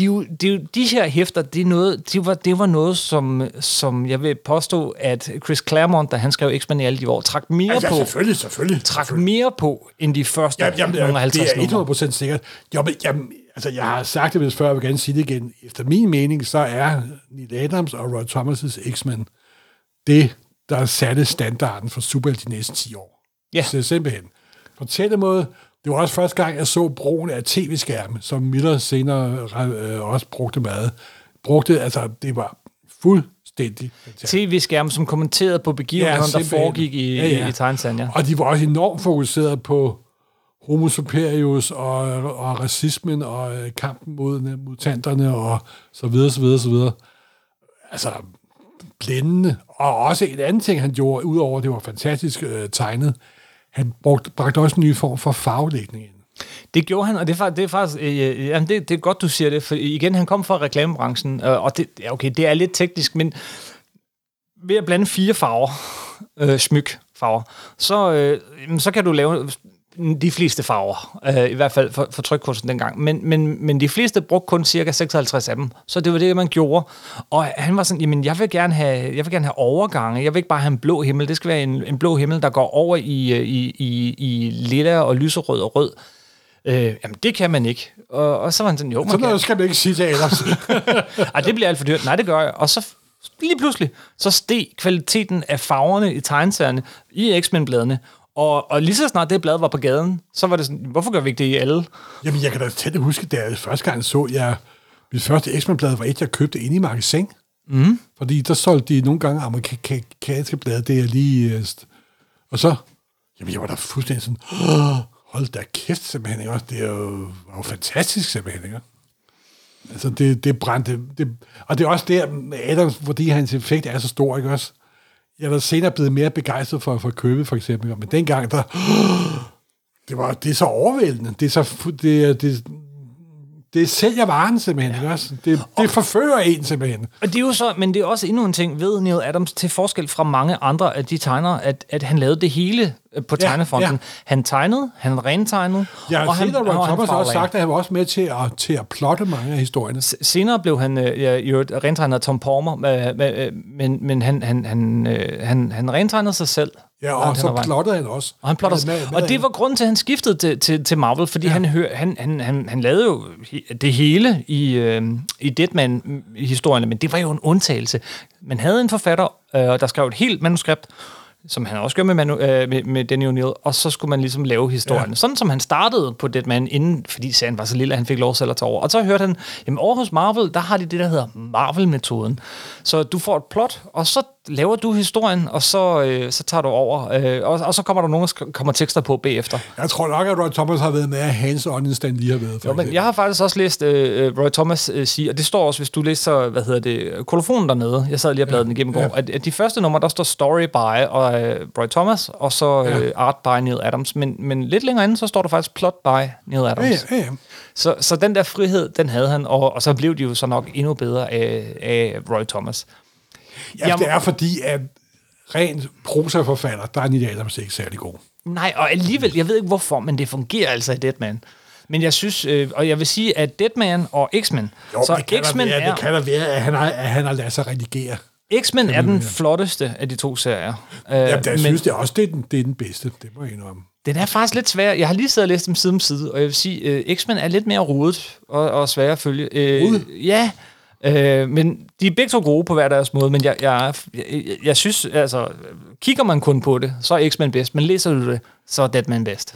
de her hæfter, det var noget, som jeg vil påstå, at Chris Claremont, da han skrev X-Men i alle de år, trak mere på. Selvfølgelig. Trak mere på, end de første nogle 50 det er 100% sikkert. Jeg har sagt det før, jeg vil gerne sige det igen. Efter min mening, så er Neil Adams og Roy Thomas' X-Men det, der satte standarden for superhelte de næste 10 år. Ja. Så simpelthen. På tættemåde, det var også første gang, jeg så brugen af tv-skærme, som Miller senere også brugte meget. Det var fuldstændig tv-skærm, som kommenterede på begivenheden, der foregik i tegneserien. Ja. Og de var også enormt fokuseret på homo superius og racismen og kampen mod mutanterne og så videre. Altså, blændende. Og også en anden ting, han gjorde, udover det var fantastisk tegnet, han bragte også en ny form for farvelægning ind. Det gjorde han, og det er faktisk det er godt, du siger det, for igen, han kom fra reklamebranchen, og det er lidt teknisk, men ved at blande 4 farver, smykfarver, så kan du lave de fleste farver, i hvert fald for trykkursen dengang, men de fleste brugte kun cirka 56 af dem, så det var det, man gjorde, og han var sådan, jamen, jeg vil gerne have overgange, jeg vil ikke bare have en blå himmel, det skal være en blå himmel, der går over i lilla og lyserød og rød. Jamen, det kan man ikke. Og så var han sådan, jo, man kan. Sådan noget skal man ikke sige til Adams. Ej, det bliver alt for dyrt. Nej, det gør jeg. Og så lige pludselig, så steg kvaliteten af farverne i tegneserierne i X-Men-bladene. Og lige så snart det blad var på gaden, så var det sådan, hvorfor gør vi ikke det i alle? Jamen, jeg kan da tæt huske, da jeg første gang så, mit første X-Men-blad var et, jeg købte inde i magasin. Mm. Fordi der solgte de nogle gange amerikanske blade, det er lige... Og så, jamen, jeg var da fuldstændig sådan... Hold da kæft, simpelthen, ikke også? Det var jo fantastisk, simpelthen, ikke? Altså, det brændte... og det er også der med Adams, fordi hans effekt er så stor, ikke også? Jeg er da senere blevet mere begejstret for at købe, for eksempel. Men dengang, det er så overvældende. Det sælger varen, simpelthen, ikke også? Det forfører en, simpelthen. Og det er jo så, men det er også endnu en ting ved Neil Adams, til forskel fra mange andre af de tegnere, at han lavede det hele på tegnefronten. Ja. Han tegnede, han rentegnede. Ja, og senere Roy Thomas har også sagt, at han var også med til at plotte mange af historierne. Senere blev han jo rentegnet af Tom Palmer, men han rentegnede sig selv. Ja, og så plottede han også. Og han plottede og det var grunden til, at han skiftede til Marvel, fordi han lavede jo det hele i Deadman-historierne, men det var jo en undtagelse. Man havde en forfatter, der skrev et helt manuskript, som han også gjorde med Denny O'Neil, og så skulle man ligesom lave historien. Ja. Sådan som han startede på Deadman inden, fordi serien var så lille, at han fik lov selv at tage over. Og så hørte han, jamen over hos Marvel, der har de det, der hedder Marvel-metoden. Så du får et plot, og så laver du historien, og så tager du over, og så kommer der nogen, der kommer tekster på bagefter. Jeg tror nok, at Roy Thomas har været mere hands-on, end lige har været. Jo, men jeg har faktisk også læst Roy Thomas sige, og det står også, hvis du læser, kolofonen dernede, jeg sad lige og bladede den igennem går, at de første numre, der står Story by og Roy Thomas, og så Art by Neil Adams, men lidt længere inden, så står der faktisk Plot by Neil Adams. Ja. Så den der frihed, den havde han, og så blev de jo så nok endnu bedre af Roy Thomas. Ja, det er fordi, at rent prosaforfatter, der er Neil Adams ikke særlig god. Nej, og alligevel, jeg ved ikke hvorfor, men det fungerer altså i Deadman. Men jeg synes, og jeg vil sige, at Deadman og X-Men... Jo, så det kan da være, at han har ladet sig redigere. X-Men er den flotteste af de to serier. Jamen, jeg synes det også, det er den bedste. Det må jeg indrømme. Den er faktisk lidt svær. Jeg har lige siddet og læst dem side om side, og jeg vil sige, X-Men er lidt mere rodet og svær at følge. Ja, men de er begge to gode på hver deres måde, men jeg synes, altså, kigger man kun på det, så er X-Men bedst, men læser du det, så er Deadman bedst.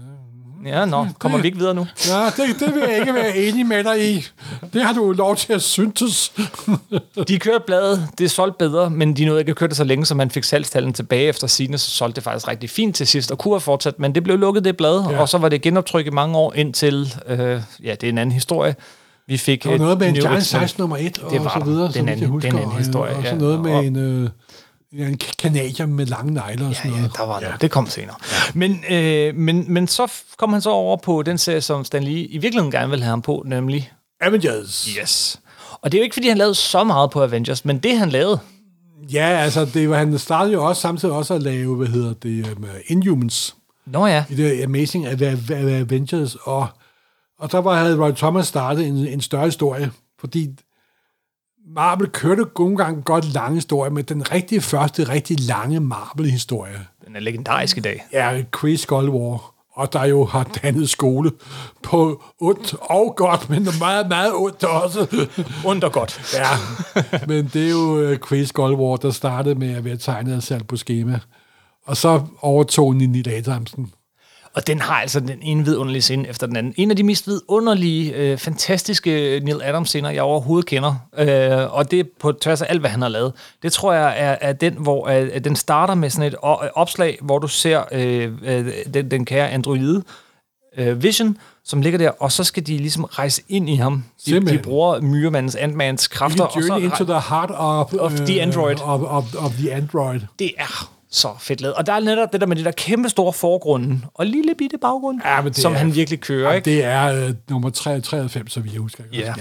Ja, kommer vi ikke videre nu? Ja, det vil jeg ikke være enig med dig i. Det har du lov til at syntes. De kørte bladet, det solgte bedre, men de nåede ikke at køre det så længe, så man fik salgstallene tilbage efter sigende, så solgte det faktisk rigtig fint til sidst, og kunne have fortsat, men det blev lukket, det blad, og så var det genoptryk i mange år indtil, det er en anden historie. Vi fik og noget med en Giant Size nummer 1, og så videre, den anden historie. Og så noget med en kanadier med lange negler og sådan noget. Ja, der var noget. Det kom senere. Ja. Men så kom han så over på den serie, som Stan Lee i virkeligheden gerne ville have ham på, nemlig Avengers. Yes. Og det er jo ikke, fordi han lavede så meget på Avengers, men det han lavede... Ja, altså, han startede jo også samtidig også at lave, Inhumans. Nå ja. I det Amazing Avengers, og der havde Roy Thomas startet en større historie, fordi Marvel kørte nogle gange godt lange historier, men den første rigtig lange Marvel-historie. Den er legendarisk i dag. Ja, Kree Skull War, og der jo har dannet skole på ondt og godt, men meget, meget ondt også. Ondt og godt. Ja, men det er jo Kree Skull War, der startede med at være tegnet af Sal Buscema, og så overtog Neil Adamsen. Og den har altså den ene vidunderlige scene efter den anden. En af de mest vidunderlige, fantastiske Neil Adams-scener, jeg overhovedet kender. Og det er på tværs af alt, hvad han har lavet. Det tror jeg er den, hvor den starter med sådan et opslag, hvor du ser den kære androide Vision, som ligger der, og så skal de ligesom rejse ind i ham. De bruger Myremandens, Ant-Mans kræfter. Og så into the heart of the android. Of the android. Det er så fedt lavet. Og der er netop det der med det der kæmpe store forgrunden, og lille bitte baggrund, som han virkelig kører. Ikke? Det er nummer 93, så vi husker. Ja.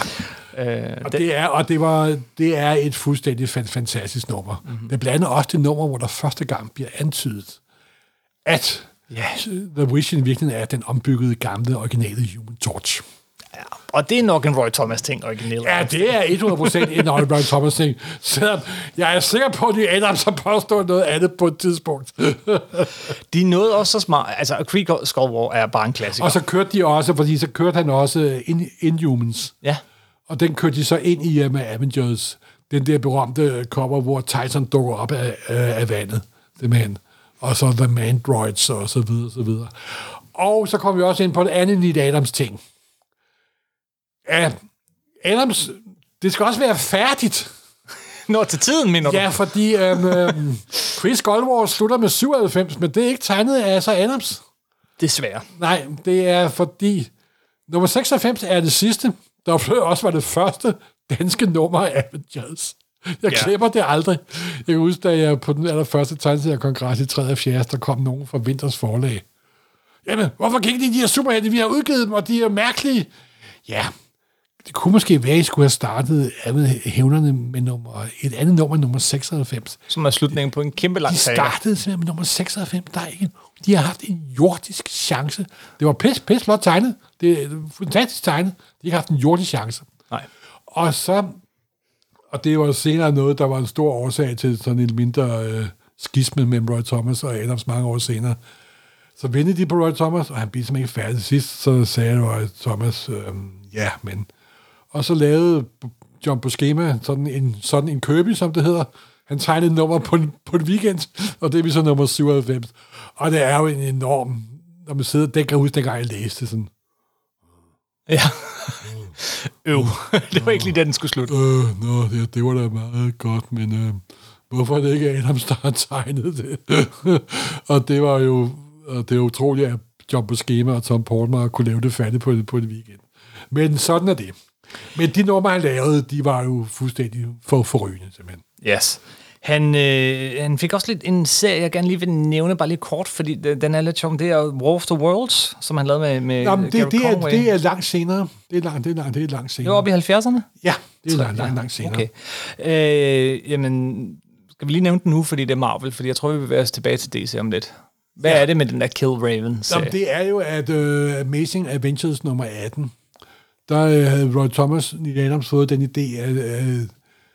Det er et fuldstændig fantastisk nummer. Mm-hmm. Det blander også det nummer, hvor der første gang bliver antydet, at The Vision virkelig er den ombyggede, gamle, originale Human Torch. Ja, og det er nok en Roy Thomas-ting originalt. Ja, det er 100% en Roy Thomas-ting. Selvom jeg er sikker på, at de Adams har påstået noget andet på et tidspunkt. De nåede også så smart. Altså, Kree Skull War er bare en klassiker. Og så kørte de også, fordi så kørte han også Inhumans. Ja. Og den kørte de så ind i med Avengers. Den der berømte cover, hvor Titan dukker op af vandet. Simpelthen. Og så The Mandroids og så videre, så videre. Og så kom vi også ind på det andet Neil Adams-ting. Ja, Adams, det skal også være færdigt. Nå, til tiden, mener du? Ja, fordi Chris Goldwar slutter med 97, men det er ikke tegnet af så Adams. Desværre. Nej, det er fordi nummer 96 er det sidste, der også var det første danske nummer af Avengers. Jeg glemmer det aldrig. Jeg kan huske, da jeg på den allerførste tegneseriekongres i 3. og 4. der kom nogen fra Vinters Forlag. Jamen, hvorfor gik de her superhelte? Vi har udgivet dem, og de er mærkelige. Ja, det kunne måske være, at I skulle have startet hævnerne med et andet nummer, nummer 96. Som er slutningen på en kæmpe lang saga. De startede simpelthen med nummer 96. De har haft en jordisk chance. Det var pis flot tegnet. Det er fantastisk tegnet. De har ikke haft en jordisk chance. Nej. Og det var senere noget, der var en stor årsag til sådan en mindre skisme mellem Roy Thomas og Adams mange år senere. Så vendte de på Roy Thomas, og han blev simpelthen ikke færdig sidst, så sagde Roy Thomas, men... Og så lavede John Buscema sådan en Kirby, som det hedder. Han tegnede et nummer på en weekend, og det er vi så nummer 97. Og det er jo en enorm... Når man sidder, den kan huske, dengang jeg læste sådan... Ja. Det var ikke lige den skulle slutte. Det var da meget godt, men hvorfor er det ikke Adams, der har tegnet det? Og det var jo... Og det er utroligt, at John Buscema og Tom Portman kunne lave det færdigt på et weekend. Men sådan er det. Men de numre, han lavede, de var jo fuldstændig forrygende, simpelthen. Yes. Han fik også lidt en serie, jeg gerne lige vil nævne, bare lidt kort, fordi den er lidt sjov. Det er War of the Worlds, som han lavede med Conway. Det er langt senere. Det er langt senere. Det var oppe i 70'erne? Ja, det er langt senere. Okay. Jamen, skal vi lige nævne den nu, fordi det er Marvel, fordi jeg tror, vi vil være tilbage til DC om lidt. Hvad er det med den der Kill Raven? Jamen, det er jo, at Amazing Adventures nummer 18, der havde Roy Thomas, Neil Adams, fået den idé, at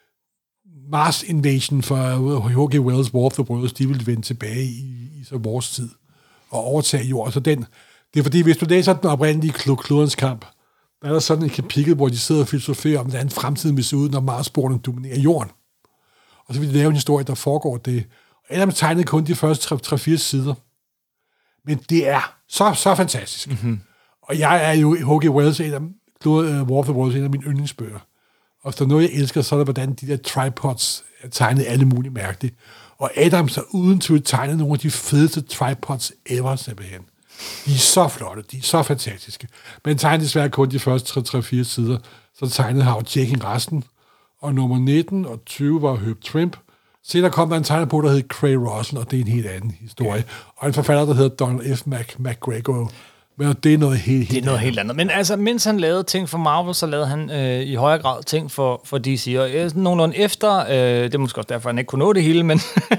Mars Invasion fra H.G. Wells' War of the Worlds, de ville vende tilbage i så vores tid og overtage jorden. Så det er fordi, hvis du læser den oprindelige Klodens kamp, der er der sådan et kapitel, hvor de sidder og filosoferer om, hvordan fremtiden vil se ud, når Marsborerne dominerer jorden. Og så vil de lave en historie, der foregår det. Og Adams tegnede kun de første 3-4 sider. Men det er så fantastisk. Mm-hmm. Og jeg er jo H.G. Wells, War of the Worlds, en af mine yndlingsbøger. Og hvis der er noget, jeg elsker, så er det, hvordan de der tripods er tegnet alle mulige mærkeligt. Og Adams har uden tvivl tegnet nogle af de fedeste tripods ever, simpelthen. De er så flotte, de er så fantastiske. Men tegnede desværre kun de første 3-4 sider. Så tegnede Howard Chaykin resten. Og nummer 19 og 20 var Herb Trimp. Senere kom der en tegner på, der hed Cray Russell, og det er en helt anden historie. Ja. Og en forfatter, der hedder Donald F. McGregor. Men det er noget helt andet. Men altså, mens han lavede ting for Marvel, så lavede han i højere grad ting for DC. Og nogenlunde efter, det er måske også derfor, han ikke kunne nå det hele, men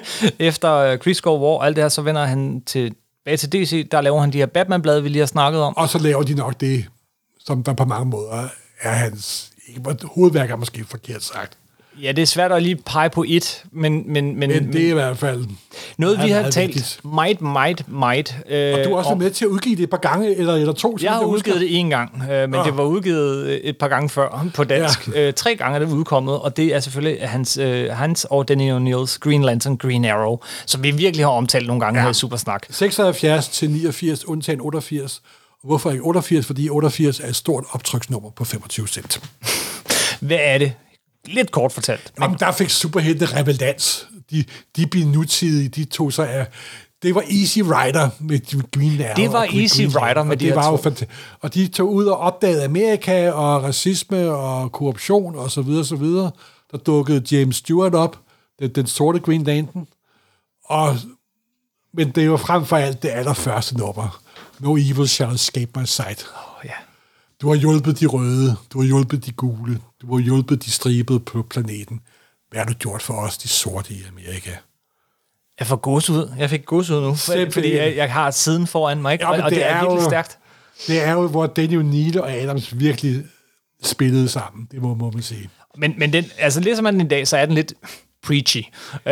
efter Kree-Skov War og alt det her, så vender han tilbage til DC. Der laver han de her Batman-blade, vi lige har snakket om. Og så laver de nok det, som der på mange måder er hans hovedværk, er måske forkert sagt. Ja, det er svært at lige pege på et, men det er i hvert fald noget, vi har talt meget. Og du er også med til at udgive det et par gange, eller 2? Jeg har udgivet det 1 gang, men det var udgivet et par gange før på dansk. 3 gange er det udkommet, og det er selvfølgelig hans og Denny O'Neills Green Lantern, Green Arrow, som vi virkelig har omtalt nogle gange her i Supersnak. 76 til 89, undtagen 88. Hvorfor ikke 88? Fordi 88 er et stort optryksnummer på 25 cent. Hvad er det? Lidt kort fortalt. Jamen, der fik superhelte rebeldans. De blev nutidige, de tog sig af... Det var Easy Rider med Green Arrow. Det var Easy Rider med det var jo og de tog ud og opdagede Amerika og racisme og korruption og så videre, så videre. Der dukkede James Stewart op, den sorte Green Lantern. Men det var frem for alt det allerførste nummer. No evil shall escape my sight. Du har hjulpet de røde, du har hjulpet de gule, du har hjulpet de stribede på planeten. Hvad har du gjort for os, de sorte i Amerika? Jeg får gåsehud. Jeg fik gåsehud nu, fordi jeg har siden foran mig, ikke? Og det er virkelig stærkt. Det er jo, hvor Denny O'Neil og Adams virkelig spillede sammen. Det må man sige. Men den, altså læser man den i dag, så er den lidt preachy.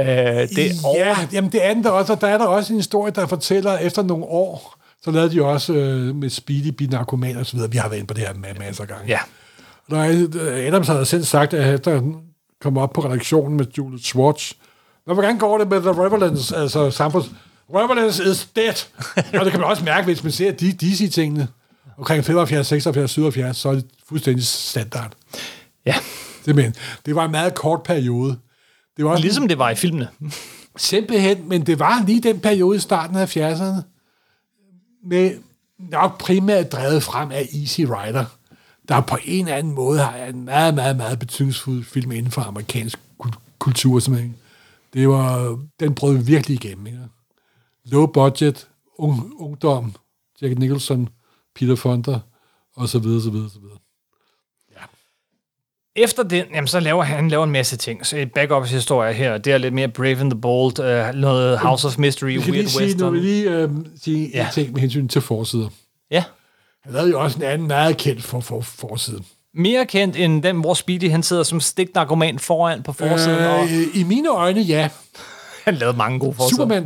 Jamen det er den der også, og der er der også en historie, der fortæller, efter nogle år, så lavede de også med Speedy, Binarkoman og så videre. Vi har været inde på det her med masser af gange. Ja. Adams havde selv sagt, at efter han kom op på redaktionen med Julius Schwartz, hvordan går det med The Revelance, altså samfunds... Revelance is dead! Og det kan man også mærke, hvis man ser DC-tingene. Omkring 75, 76, 77, så er det fuldstændig standard. Ja. Det var en meget kort periode. Det var ligesom det var i filmene. Simpelthen, men det var lige den periode i starten af 70'erne, med nok primært drevet frem af Easy Rider, der på en eller anden måde har en meget, meget, meget betydningsfuld film inden for amerikansk kultur, simpelthen. Den brød virkelig igennem. Ikke? Low budget, ungdom, Jack Nicholson, Peter Fonda, og så videre, så videre, så videre. Ja. Efter den, jamen, så laver han en masse ting. Så et backup-historie her, det er lidt mere Brave and the Bold, noget House of Mystery, Weird Western. Vi kan lige sige en ting med hensyn til forsider. Ja. Han lavede jo også en anden meget kendt for forsiden. Mere kendt end den, hvor Speedy han sidder som stiknarkoman foran på forsiden. I mine øjne, ja. Han lavede mange gode forsider. Superman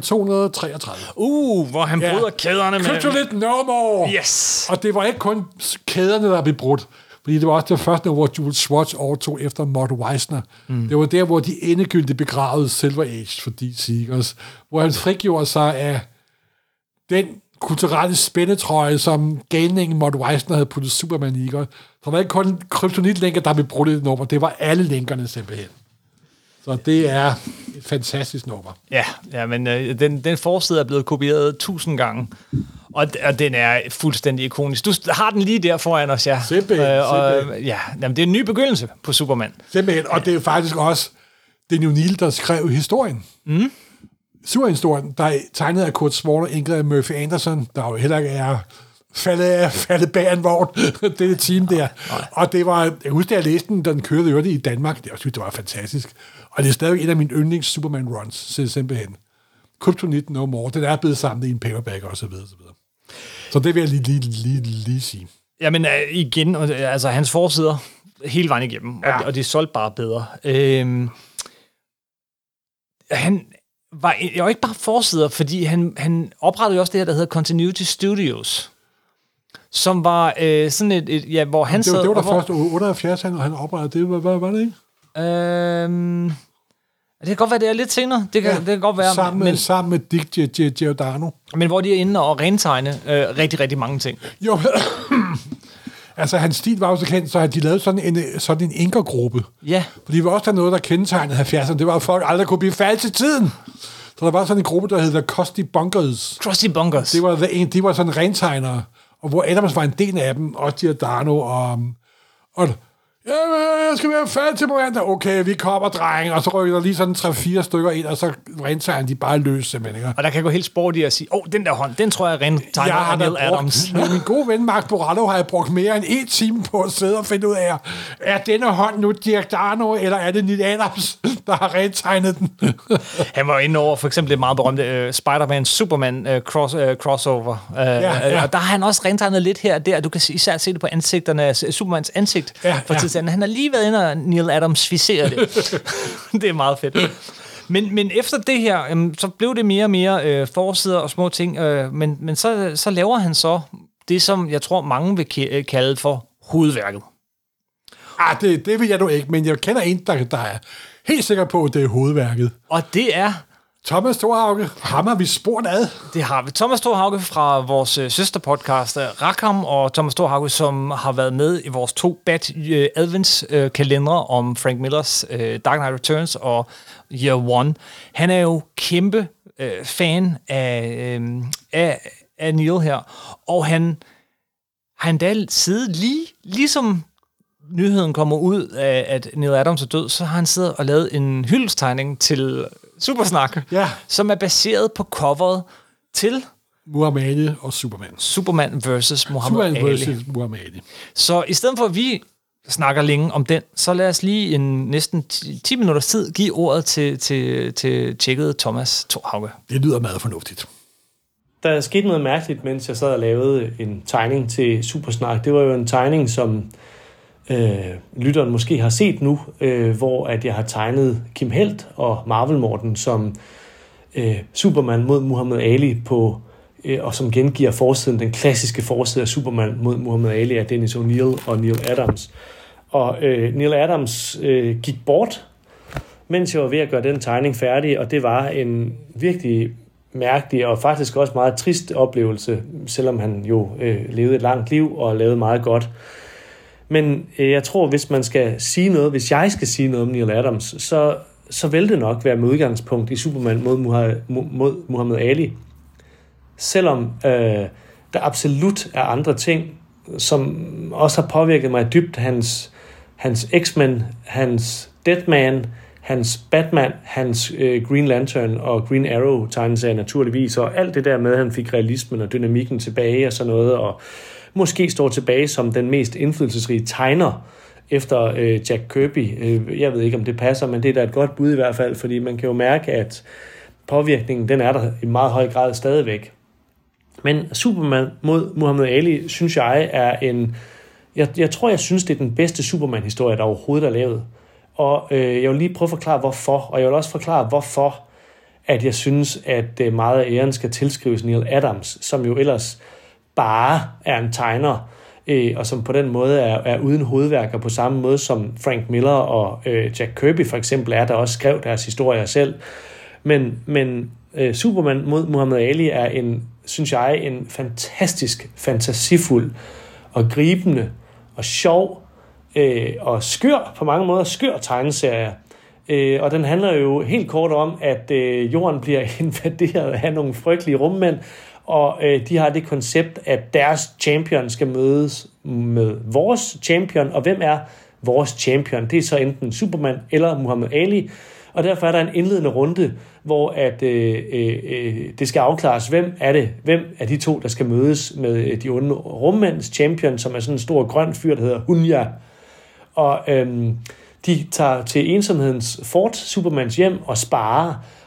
233. Hvor han bryder kæderne med... Kryptonite no more! Yes! Og det var ikke kun kæderne, der blev brudt. Fordi det var også det første, hvor Jules Schwartz overtog efter Mort Weisner. Det var der, hvor de endegyldigt begravede Silver Age for DC. Hvor han frigjorde sig af den kulturelle spændetrøje, som galningen Mort Weisner havde puttet Superman i. Så der var ikke kun kryptonit-lænker, der blev brudt i det nummer. Det var alle lænkerne simpelthen. Så det er et fantastisk nummer. Ja, men den forside er blevet kopieret 1000 gange. Og den er fuldstændig ikonisk. Du har den lige der foran os, ja. Simpelthen. Ja, jamen, det er en ny begyndelse på Superman. Simpelthen, og det er faktisk også Denny O'Neil, der skrev historien. Superhistorien, der er tegnet af Kurt Swan og Ingrid Murphy Anderson, der jo heller ikke er faldet bag en vogn, det team der. Nej. Og det var, jeg husker, at jeg læste den kørte i Danmark. Jeg synes, det var fantastisk. Og det er stadig en af mine yndlings Superman runs, simpelthen. Kryptonite No More, den er blevet samlet i en paperback og så videre, så videre. Så det vil jeg lige sige. Jamen igen, altså hans forsider hele vejen igennem, og de solgte bare bedre. Han var jo ikke bare forsider, fordi han oprettede jo også det her, der hedder Continuity Studios, som var sådan et hvor han sad... Det var der først 78, han oprettede det, var det ikke? Det kan godt være, det er lidt senere. Det kan godt være. Sammen med Dick Giordano. Men hvor de er inde og rentegne rigtig, rigtig mange ting. Jo, altså hans stil var jo så kendt, så de lavede sådan en enkergruppe. Ja. Fordi det var også der noget, der kendetegnede 70'erne. Det var, at folk aldrig kunne blive færdige til tiden. Så der var sådan en gruppe, der hed The Krusty Bunkers. Krusty Bunkers. De var sådan rentegnere, og hvor Adams var en del af dem, også Giordano og jeg skal være færdig til Miranda. Okay, vi kommer, drenge. Og så rykker der lige sådan 3-4 stykker ind, og så rentegner de bare løs, simpelthen. Og der kan gå helt sport i at sige, den der hånd, den tror jeg rentegner af Neil Adams. Min gode ven Mark Borallo har jeg brugt mere end 1 time på at sidde og finde ud af, er denne hånd nu Giordano, eller er det Neil Adams, der har rentegnet den? Han var inde over for eksempel det meget berømte Spider-Man-Superman crossover. Og der har han også rentegnet lidt her og der. Du kan især se det på ansigterne af Supermans ansigt for tidligere. Han har lige været inde og Neil Adams ficerer det. Det er meget fedt. Men efter det her, så blev det mere og mere forsider og små ting. Men så laver han så det, som jeg tror, mange vil kalde for hovedværket. Det vil jeg nu ikke, men jeg kender en, der er helt sikker på, at det er hovedværket. Og det er... Thomas Thorhauge, ham har vi spurgt ad. Det har vi. Thomas Thorhauge fra vores søsterpodcast Rackham, og Thomas Thorhauge, som har været med i vores 2 adventskalendere om Frank Millers Dark Knight Returns og Year One. Han er jo kæmpe fan af Neil her, og han har endda siddet ligesom nyheden kommer ud af, at Neil Adams er død, så har han siddet og lavet en hyldestegning til Supersnak, som er baseret på coveret til Muhammad Ali og Superman. Superman versus Muhammad Ali. Så i stedet for, at vi snakker længe om den, så lad os lige næsten 10 minutters tid give ordet til tjekket Thomas Thorhauge. Det lyder meget fornuftigt. Der skete noget mærkeligt, mens jeg sad og lavede en tegning til Supersnak. Det var jo en tegning, som lytteren måske har set nu, hvor at jeg har tegnet Kim Helt og Marvel Morten som Superman mod Muhammad Ali på, og som gengiver forsiden, den klassiske forside af Superman mod Muhammad Ali af Dennis O'Neil og Neil Adams. Og Neil Adams gik bort, mens jeg var ved at gøre den tegning færdig, og det var en virkelig mærkelig og faktisk også meget trist oplevelse, selvom han jo levede et langt liv og lavede meget godt. Men jeg tror, hvis jeg skal sige noget om Neil Adams, så vil det nok være med udgangspunkt i Superman mod Muhammad Ali. Selvom der absolut er andre ting, som også har påvirket mig dybt. Hans X-Men, hans Deadman, hans Batman, hans Green Lantern og Green Arrow tegneserier naturligvis, og alt det der med, at han fik realismen og dynamikken tilbage og sådan noget, og måske står tilbage som den mest indflydelsesrige tegner efter Jack Kirby. Jeg ved ikke, om det passer, men det er da et godt bud i hvert fald, fordi man kan jo mærke, at påvirkningen, den er der i meget høj grad stadigvæk. Men Superman mod Muhammad Ali, synes jeg, er en... Jeg tror, jeg synes, det er den bedste Superman-historie, der overhovedet er lavet. Og jeg vil lige prøve at forklare, hvorfor. Og jeg vil også forklare, hvorfor at jeg synes, at meget af æren skal tilskrives Neil Adams, som jo ellers bare er en tegner, og som på den måde er uden hovedværker på samme måde som Frank Miller og Jack Kirby for eksempel er, der også skrev deres historier selv. Men Superman mod Muhammad Ali er synes jeg, en fantastisk, fantasifuld og gribende og sjov og på mange måder skør tegneserie. Og den handler jo helt kort om, at jorden bliver invaderet af nogle frygtelige rummænd, og de har det koncept, at deres champion skal mødes med vores champion, og hvem er vores champion? Det er så enten Superman eller Muhammad Ali, og derfor er der en indledende runde, hvor at det skal afklares, hvem er de to, der skal mødes med de onde rummænds champion, som er sådan en stor grøn fyr, der hedder Hunya. Og de tager til ensomhedens fort, Supermans hjem, og sparer,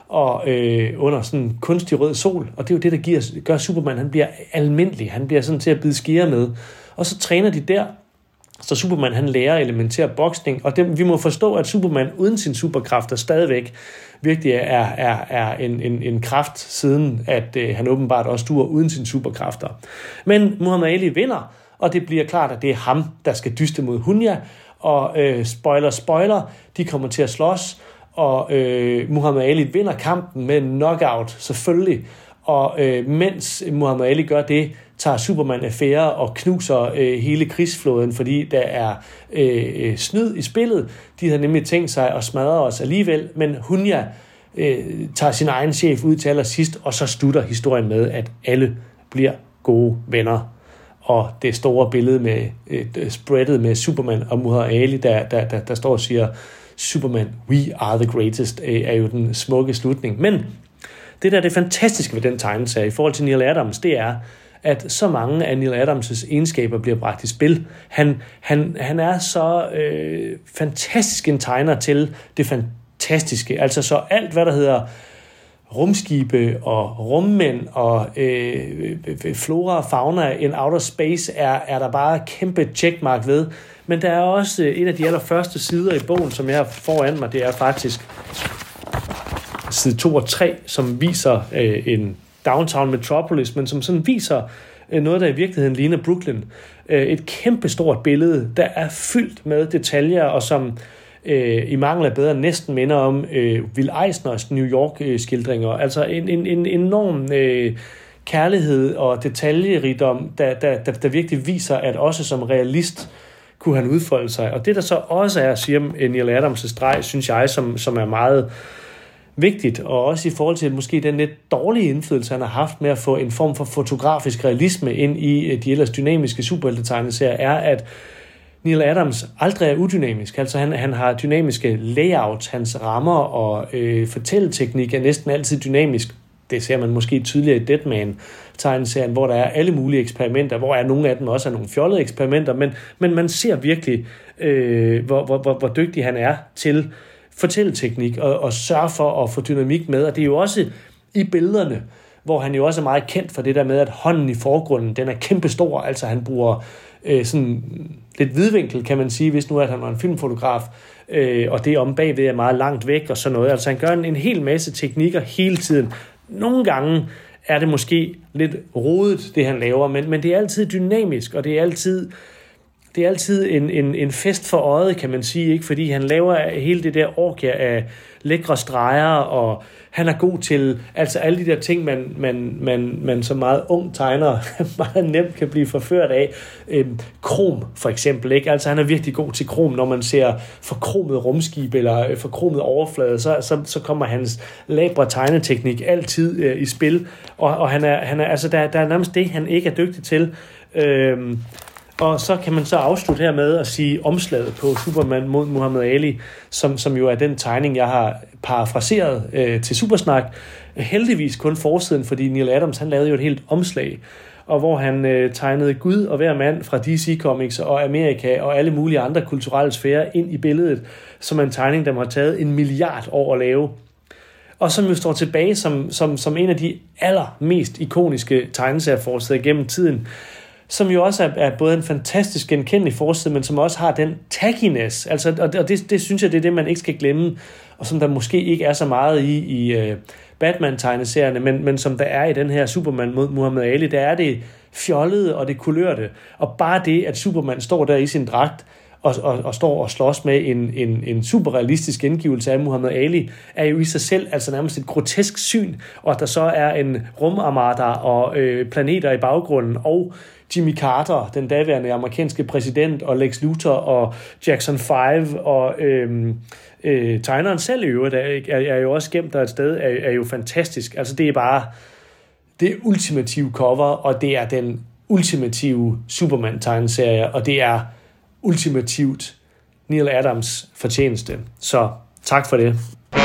og under sådan en kunstig rød sol, og det er jo det, der gør Superman, han bliver almindelig, han bliver sådan til at bide skære med. Og så træner de der, så Superman han lærer elementær boksning, og vi må forstå, at Superman uden sin superkræfter stadigvæk virkelig er en kraft, siden at han åbenbart også duer uden sine superkræfter. Men Muhammad Ali vinder, og det bliver klart, at det er ham, der skal dyste mod Hunya, og spoiler, de kommer til at slås, og Muhammad Ali vinder kampen med en knockout, selvfølgelig, og mens Muhammad Ali gør det, tager Superman affære og knuser hele krigsflåden, fordi der er snyd i spillet. De havde nemlig tænkt sig at smadre os alligevel, men Hunya tager sin egen chef ud til allersidst, og så slutter historien med, at alle bliver gode venner. Og det store billede med spreadet med Superman og Muhammad Ali, der står og siger, Superman, we are the greatest, er jo den smukke slutning. Men det der er det fantastiske ved den tegneserie i forhold til Neal Adams, det er, at så mange af Neal Adams' egenskaber bliver bragt i spil. Han er så fantastisk en tegner til det fantastiske. Altså så alt, hvad der hedder rumskibe og rummænd og flora og fauna in outer space, er der bare kæmpe checkmark ved. Men der er også en af de allerførste sider i bogen, som jeg har foran mig, det er faktisk side 2 og 3, som viser en downtown metropolis, men som sådan viser noget, der i virkeligheden ligner Brooklyn. Et kæmpestort billede, der er fyldt med detaljer, og som i mangel af bedre næsten minder om Will Eisners New York-skildringer. Altså en enorm kærlighed og detaljerigdom, der virkelig viser, at også som realist kunne han udfolde sig. Og det, der så også er, siger Neal Adams' streg, synes jeg, som er meget vigtigt, og også i forhold til måske den lidt dårlige indflydelse, han har haft med at få en form for fotografisk realisme ind i de ellers dynamiske superheltetegneserier, er, at Neal Adams aldrig er udynamisk. Altså han har dynamiske layouts, hans rammer og fortælleteknik er næsten altid dynamisk. Det ser man måske tydeligere i Deadman-tegneserien, hvor der er alle mulige eksperimenter, hvor nogle af dem også er nogle fjollede eksperimenter, men man ser virkelig, hvor dygtig han er til fortælleteknik og sørge for at få dynamik med. Og det er jo også i billederne, hvor han jo også er meget kendt for det der med, at hånden i forgrunden, den er kæmpestor. Altså han bruger sådan lidt vidvinkel, kan man sige, hvis nu at han var en filmfotograf, og det om bagved er meget langt væk og sådan noget. Altså han gør en hel masse teknikker hele tiden. Nogle gange er det måske lidt rodet, det han laver, men det er altid dynamisk, og det er altid en fest for øjet, kan man sige, ikke? Fordi han laver hele det der orgie af lækre streger, og han er god til altså alle de der ting, man som meget ung tegner meget nemt kan blive forført af. Krom for eksempel, ikke? Altså han er virkelig god til krom, når man ser forkromet rumskib eller forkromet overflade, så kommer hans labre tegneteknik altid i spil, og han er altså der er nærmest det, han ikke er dygtig til. Og så kan man så afslutte her med at sige omslaget på Superman mod Muhammad Ali, som jo er den tegning, jeg har parafraseret til Supersnak. Heldigvis kun forsiden, fordi Neal Adams han lavede jo et helt omslag, og hvor han tegnede Gud og hver mand fra DC Comics og Amerika og alle mulige andre kulturelle sfærer ind i billedet, som en tegning, der må have taget 1 milliard år at lave. Og som jo står tilbage som en af de allermest ikoniske tegneserieforsider gennem tiden, som jo også er både en fantastisk genkendelig forside, men som også har den tagginess. Altså, og det synes jeg, det er det, man ikke skal glemme, og som der måske ikke er så meget i Batman-tegneserierne, men som der er i den her Superman mod Muhammad Ali, der er det fjollede og det kulørte. Og bare det, at Superman står der i sin dragt, og står og slås med en superrealistisk gengivelse af Muhammad Ali, er jo i sig selv altså nærmest et grotesk syn, og at der så er en rumarmada og planeter i baggrunden, og Jimmy Carter, den daværende amerikanske præsident, og Lex Luthor og Jackson 5 og tegneren selv i øvrigt er jo også gemt der et sted, er jo fantastisk. Altså det er bare det ultimative cover, og det er den ultimative Superman-tegneserie, og det er ultimativt Neal Adams fortjeneste. Så tak for det.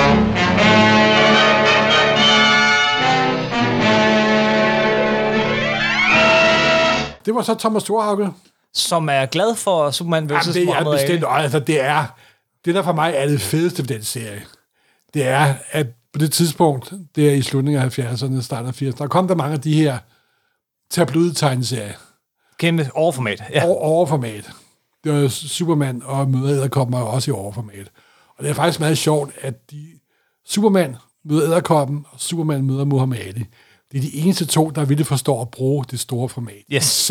Det var så Thomas Storhauke, som er glad for Superman vs. Muhammad Ali. Altså det der for mig er det fedeste ved den serie. Det er, at på det tidspunkt, der i slutningen af 70'erne, starten af 80'erne, der kom der mange af de her tabloid-tegneserier. Kæmpe overformat. Ja. Overformat. Det var Superman og Møder Edderkoppen var også i overformat. Og det er faktisk meget sjovt, at Superman møder Edderkoppen, og Superman møder Muhammad Ali. Det er de eneste to, der virkelig forstår at bruge det store format. Yes.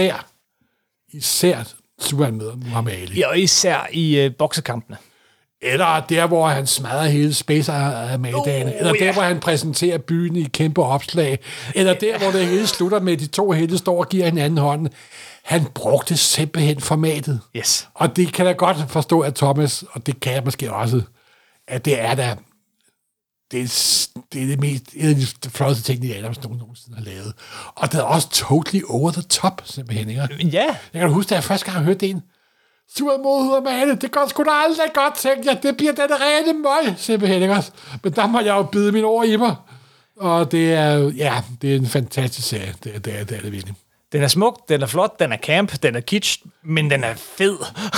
Især Superman møder Muhammad Ali. Ja, og især i boksekampene. Eller der, hvor han smadrer hele Space Armadaen. Eller der, hvor han præsenterer byen i kæmpe opslag. Eller der, hvor det hele slutter med, at de to helte står og giver hinanden hånden. Han brugte simpelthen formatet. Yes. Og det kan jeg godt forstå, at Thomas, og det kan jeg måske også, at det er der. Det er det mest, en af de flotteste ting, de Adams nogensinde har lavet. Og det er også totally over the top, simpelthen. Ikke? Ja. Jeg kan huske, da jeg første gang hørte det Superman mod Mane, det går sgu da aldrig godt, tænkte jeg. Det bliver den rene møg, simpelthen. Ikke? Men der må jeg jo bide mine ord i mig. Og det er en fantastisk serie. Det er det virkelig. Den er smuk, den er flot, den er camp, den er kitsch, men den er fed.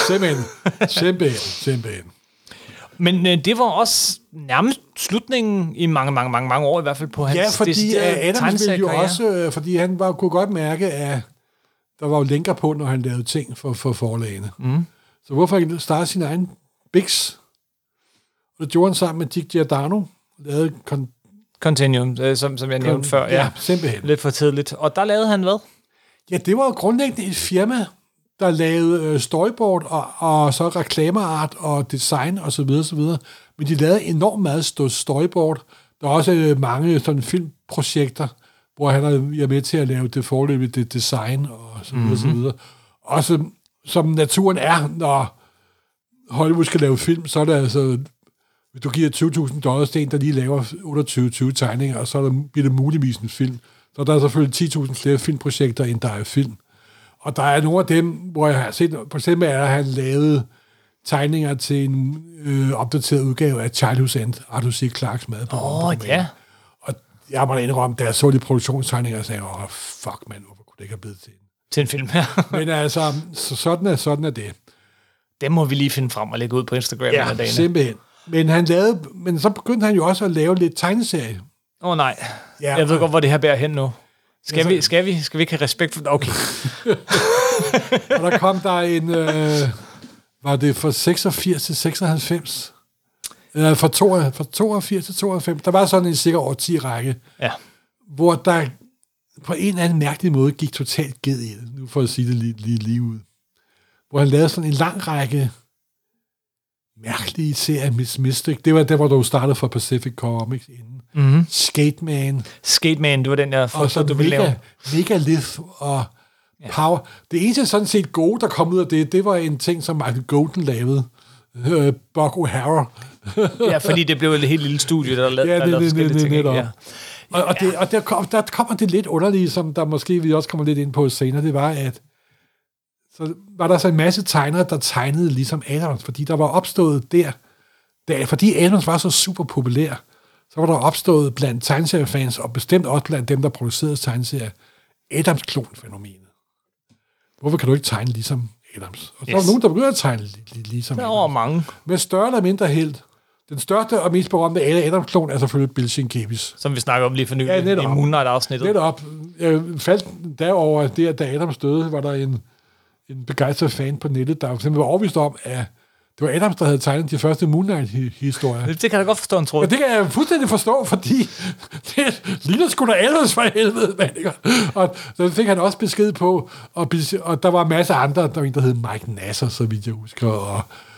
Simpelthen. Men det var også nærmest slutningen i mange år, i hvert fald på hans fordi Adams ville jo også, fordi han kunne godt mærke, at der var jo lænker på, når han lavede ting for forlagene. Mm. Så hvorfor ikke starte sin egen Bix? Og det gjorde han sammen med Dick Giordano, lavede Continuum, som jeg nævnte før. Ja, simpelthen. Lidt for tidligt. Og der lavede han hvad? Ja, det var jo grundlæggende et firma, der lavede storyboard og så reklameart og design og så videre. Men de lavede enormt meget storyboard. Der er også mange sådan filmprojekter, hvor han er med til at lave det forløbige design og så videre, så videre. Også som naturen er, når Hollywood skal lave film, så er det altså, hvis du giver $20,000 til en, der lige laver 28 tegninger, og så bliver det muligvis en film. Så er der selvfølgelig 10.000 flere filmprojekter, end der er film. Og der er nogle af dem, hvor jeg har set, for eksempel er, at han lavede tegninger til en opdateret udgave af Childhood's End, Arthur C. Clarkes mad. Ja. Og jeg må da indrømme, da jeg så de produktionstegninger, og sagde, fuck man, hvorfor kunne det ikke have blevet til en film her? Men altså, sådan er det. Det må vi lige finde frem og lægge ud på Instagram. Ja, simpelthen. Men så begyndte han jo også at lave lidt tegneserie. Nej. Ja, jeg ved godt, hvor det her bærer hen nu. Skal vi ikke have respekt for det? Okay. Og der kom der en... var det fra 86 til 96? Fra 82 til 92. Der var sådan en cirka over 10 række, hvor der på en eller anden mærkelig måde gik totalt ged i det. Nu får jeg sige det lige ud. Hvor han lavede sådan en lang række mærkelige serier, Miss Mystic. Det var der, hvor du startede for Pacific Comics inden. Mm-hmm. Skateman, det var den, jeg forstod, du ville lave. Megalith og Power. Det eneste sådan set gode, der kom ud af det var en ting, som Michael Golden lavede. Buck O'Hara. Ja, fordi det blev et helt lille studie, der lavede forskellige ting. Ja. Og der kommer det lidt underlige, som der måske vi også kommer lidt ind på senere, det var, at så var der så en masse tegnere, der tegnede ligesom Adams, fordi der var opstået fordi Adams var så super populær, så var der opstået blandt tegneseriefans, og bestemt også blandt dem, der producerede tegneserier, Adams-klon-fænomenet. Hvorfor kan du ikke tegne ligesom Adams? Og så var der nogen, der begyndte at tegne ligesom Adams. Der var mange. Med større eller mindre held. Den største og mest berømte Adams-klon er selvfølgelig Bill Sienkiewicz. Som vi snakker om lige for nylig i Moon Knight-afsnittet. Netop. Jeg faldt derover, da Adams døde, var der en begejstret fan på nettet, der simpelthen var overbevist om, at det var Adams, der havde tegnet de første Moon Knight-historier. Det kan jeg godt forstå, en tråd. Men det kan jeg fuldstændig forstå, fordi det ligner sgu da Adams for helvede, mand. Og så fik han også besked på, og der var en masse andre, der var en, der hed Mike Nasser, så vidt jeg husker, og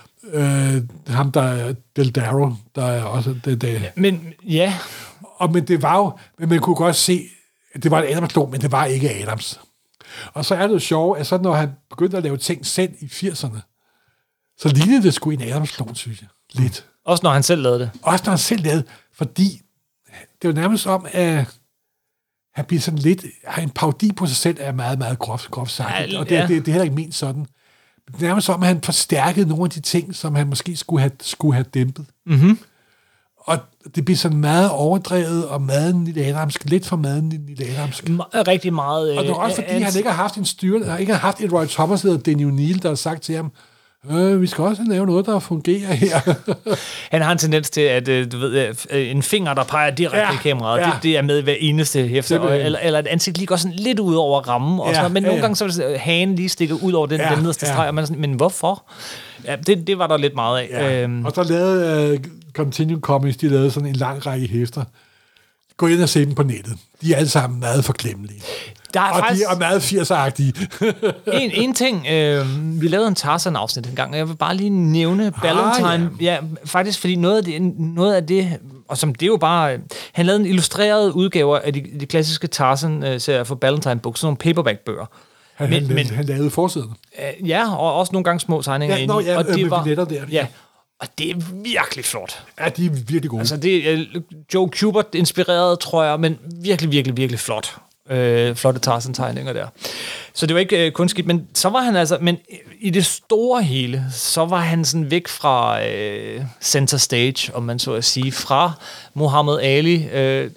ham, der er Del Darrow, der er også det. Men ja. Men det var jo, men man kunne godt se, at det var en Adams-klon, men det var ikke Adams. Og så er det jo sjovt, at så når han begyndte at lave ting selv i 80'erne, så lignede det sgu en Adams-klon, synes jeg. Lidt. Også når han selv lavede det. Også når han selv lavede det, fordi det var nærmest om, at han bliver sådan lidt... En parodi på sig selv er meget, meget groft sagt. Og det er heller ikke ment sådan. Det er nærmest om, at han forstærkede nogle af de ting, som han måske skulle have dæmpet. Mm-hmm. Og det bliver sådan meget overdrevet og maden lille adamsk. Lidt for maden lille adamsk. Rigtig meget... Og det er også fordi, han ikke har haft en styre, ikke har haft et Roy Thomas eller Denny O'Neill, der har sagt til ham, Vi skal også lave noget, der fungerer her. Han har en tendens til, at du ved, en finger, der peger direkte i kameraet, det er med hver eneste hæfte, eller et ansigt lige går sådan lidt ud over rammen, og sådan, men nogle gange så er det hagen lige stikker ud over den nederste streg, og man er sådan, men hvorfor? Ja, det var der lidt meget af. Ja. Og så lavede Continuum Comics, de lavede sådan en lang række hæfter. Gå ind og se dem på nettet. De er alle sammen meget forklemmelige. De er meget 80'er-agtige. en ting, vi lavede en Tarzan-afsnit en gang, og jeg vil bare lige nævne Ballantine. Ja, faktisk, fordi noget af det, og som det er jo bare... Han lavede en illustreret udgave af de klassiske Tarzan-serier for Ballantine Books, sådan nogle paperback-bøger. Han lavede forsiden. Ja, og også nogle gange små tegninger ind. Og det var der. Ja. Og det er virkelig flot. Ja, de er virkelig gode. Altså, det er Joe Kubert inspireret, tror jeg, men virkelig, virkelig, virkelig flot. Flotte Tarzan-tegninger der. Så det var ikke kun skidt, men så var han altså, men i det store hele, så var han sådan væk fra center stage, om man så at sige, fra Muhammad Ali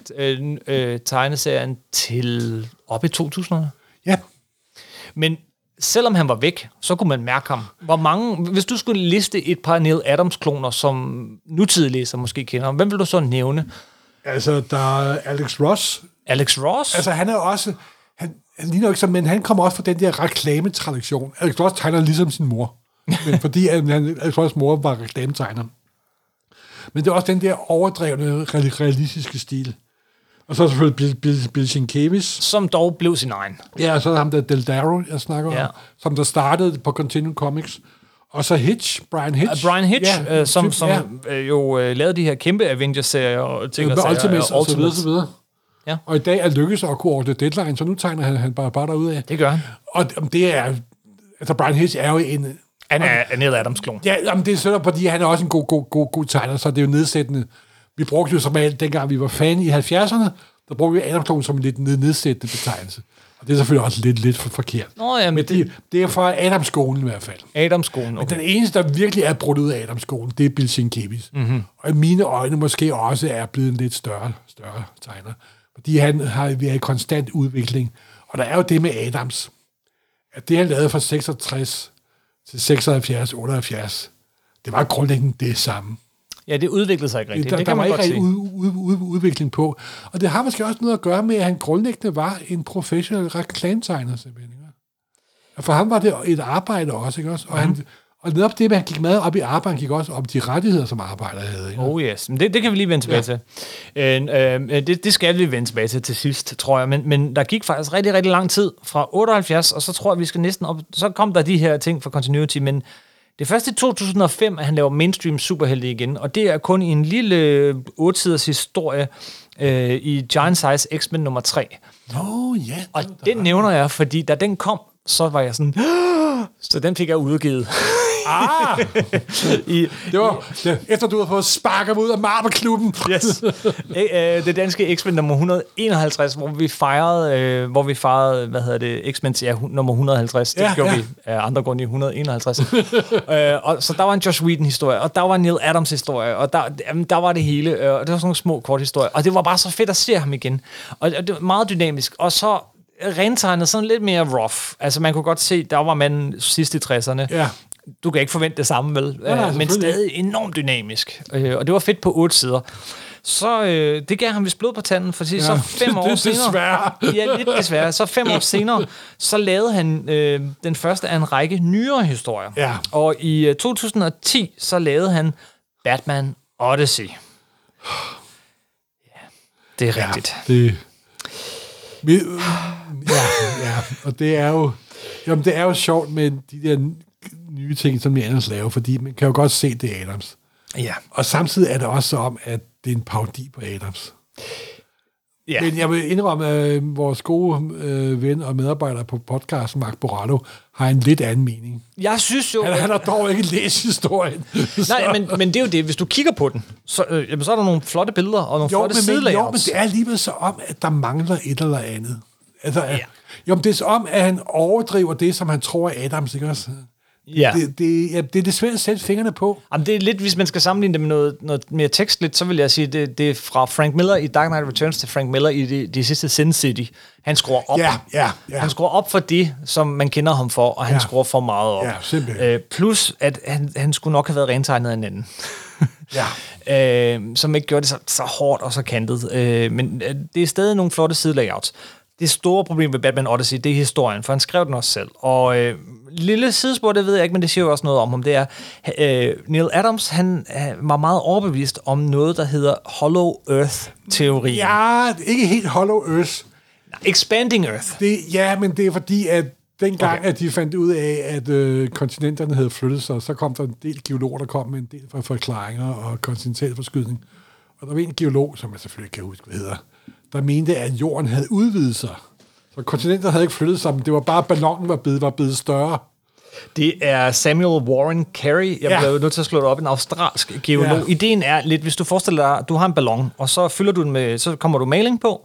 tegneserien til op i 2000'erne. Ja. Men selvom han var væk, så kunne man mærke ham. Hvor mange, hvis du skulle liste et par Neal Adams-kloner, som nutidige læser måske kender ham, hvem vil du så nævne? Altså, der er Alex Ross. Alex Ross? Altså, han er også... Han ligner ikke som, men han kommer også fra den der reklametradition. Alex Ross tegner ligesom sin mor. Men fordi Alex Ross' mor var reklametegner. Men det er også den der overdrevne, realistiske stil. Og så er selvfølgelig Bill Sienkiewicz. Som dog blev sin egen. Ja, og så er ham der Del Darrow, jeg snakker om. Som der startede på Continuum Comics. Og så Brian Hitch. Brian Hitch, som jo lavede de her kæmpe Avengers-serier og ting og sager. Ultimates og så videre. Ja. Og i dag er lykkes at kunne ordne deadline, så nu tegner han bare derudad. Det gør han. Og det er... Altså, Brian Hitch er jo en... Han er Neal Adams-klon. Ja, jamen, det er sådan, fordi han er også en god tegner, så det er jo nedsættende. Vi brugte jo som alt, dengang vi var fan i 70'erne, der brugte vi Adams-klon som en lidt nedsættende betegnelse. Og det er selvfølgelig også lidt for forkert. Nå, ja, men det er fra Adams-skolen i hvert fald. Adams-skolen, okay. Men den eneste, der virkelig er brudt ud af Adams-skolen, det er Bill Sienkiewicz. Mm-hmm. Og i mine øjne måske også er blevet en lidt større tegner. Fordi han har været i konstant udvikling. Og der er jo det med Adams, at det han lavede fra 66 til 76, 78, det var grundlæggende det samme. Ja, det udviklede sig ikke rigtigt. Det kan man godt se. Der var ikke udvikling på. Og det har måske også noget at gøre med, at han grundlæggende var en professionel reklametegner, simpelthen. For ham var det et arbejde også, ikke også? Og netop det, at han gik meget op i arbejde, gik også op de rettigheder, som arbejder havde. Ikke? Oh yes, det kan vi lige vende tilbage til. Det skal vi vende tilbage til sidst, tror jeg. Men der gik faktisk rigtig, rigtig lang tid fra 78, og så tror jeg, vi skal næsten op. Så kom der de her ting for continuity, men det er først i 2005, at han laver mainstream superhelte igen, og det er kun i en lille 8-siders historie i Giant Size X-Men nummer 3. Ja. Og den nævner jeg, fordi da den kom, så var jeg sådan... Så den fik jeg udgivet. Det var efter du havde fået sparket ud af Marvel-klubben. Yes. Det danske X-Men nummer 151, hvor vi fejrede, hvad hedder det, X-Men nummer 150. Det gjorde vi af andre grunde i 151. Og så der var en Joss Whedon-historie, og der var en Neal Adams-historie, og der var det hele. Og det var sådan nogle små kort historier. Og det var bare så fedt at se ham igen. Og det var meget dynamisk. Og så rentegnet sådan lidt mere rough. Altså man kunne godt se, der var manden sidst i 60'erne. Ja. Du kan ikke forvente det samme, vel? Men stadig enormt dynamisk. Og det var fedt på 8 sider. Så det gav ham vist blod på tanden, for så 5 år senere... Desværre. Ja, lidt desværre. Så 5 år senere, så lavede han den første af en række nyere historier. Ja. Og i 2010, så lavede han Batman Odyssey. Ja, det er rigtigt. Og det er jo sjovt med de der nye ting, som vi ellers laver, fordi man kan jo godt se, det er Adams. Ja. Og samtidig er det også om, at det er en parodi på Adams. Ja. Men jeg vil indrømme, at vores gode ven og medarbejder på podcast, Mark Borallo, har en lidt anden mening. Jeg synes jo... Han har dog ikke læst historien. Nej, men det er jo det. Hvis du kigger på den, så er der nogle flotte billeder og nogle flotte sidelayouts. Jo, men det er alligevel så om, at der mangler et eller andet. Altså, jo, men det er så om, at han overdriver det, som han tror er Adams, ikke også? Ja. Det er det svært at sætte fingrene på. Jamen, det er lidt, hvis man skal sammenligne det med noget mere tekstligt, så vil jeg sige, det er fra Frank Miller i Dark Knight Returns til Frank Miller i de sidste Sin City. Han skruer op. Ja. Han skruer op for det, som man kender ham for, og han skruer for meget op. Ja, simpelthen. Plus, at han skulle nok have været rentegnet af en anden. Som ikke gjorde det så hårdt og så kantet. Men det er stadig nogle flotte sidelayouts. Det store problem ved Batman Odyssey, det er historien, for han skrev den også selv. Og lille sidespor, det ved jeg ikke, men det siger jo også noget om ham, det er, Neil Adams, han var meget overbevist om noget, der hedder Hollow Earth-teorien. Ja, ikke helt Hollow Earth. Expanding Earth. Men det er fordi, at dengang, at de fandt ud af, at kontinenterne havde flyttet sig, så kom der en del geologer, der kom med en del forklaringer og kontinentalforskydning. Og der var en geolog, som jeg selvfølgelig kan huske, hvad hedder, der mente, at jorden havde udvidet sig. Så kontinenter havde ikke flyttet sig, men det var bare, ballonen var blevet større. Det er Samuel Warren Carey. Jeg blev nødt til at slå det op, en australsk geolog. Ja. Ideen er lidt, hvis du forestiller dig, at du har en ballon, og så fylder du den med, så kommer du maling på,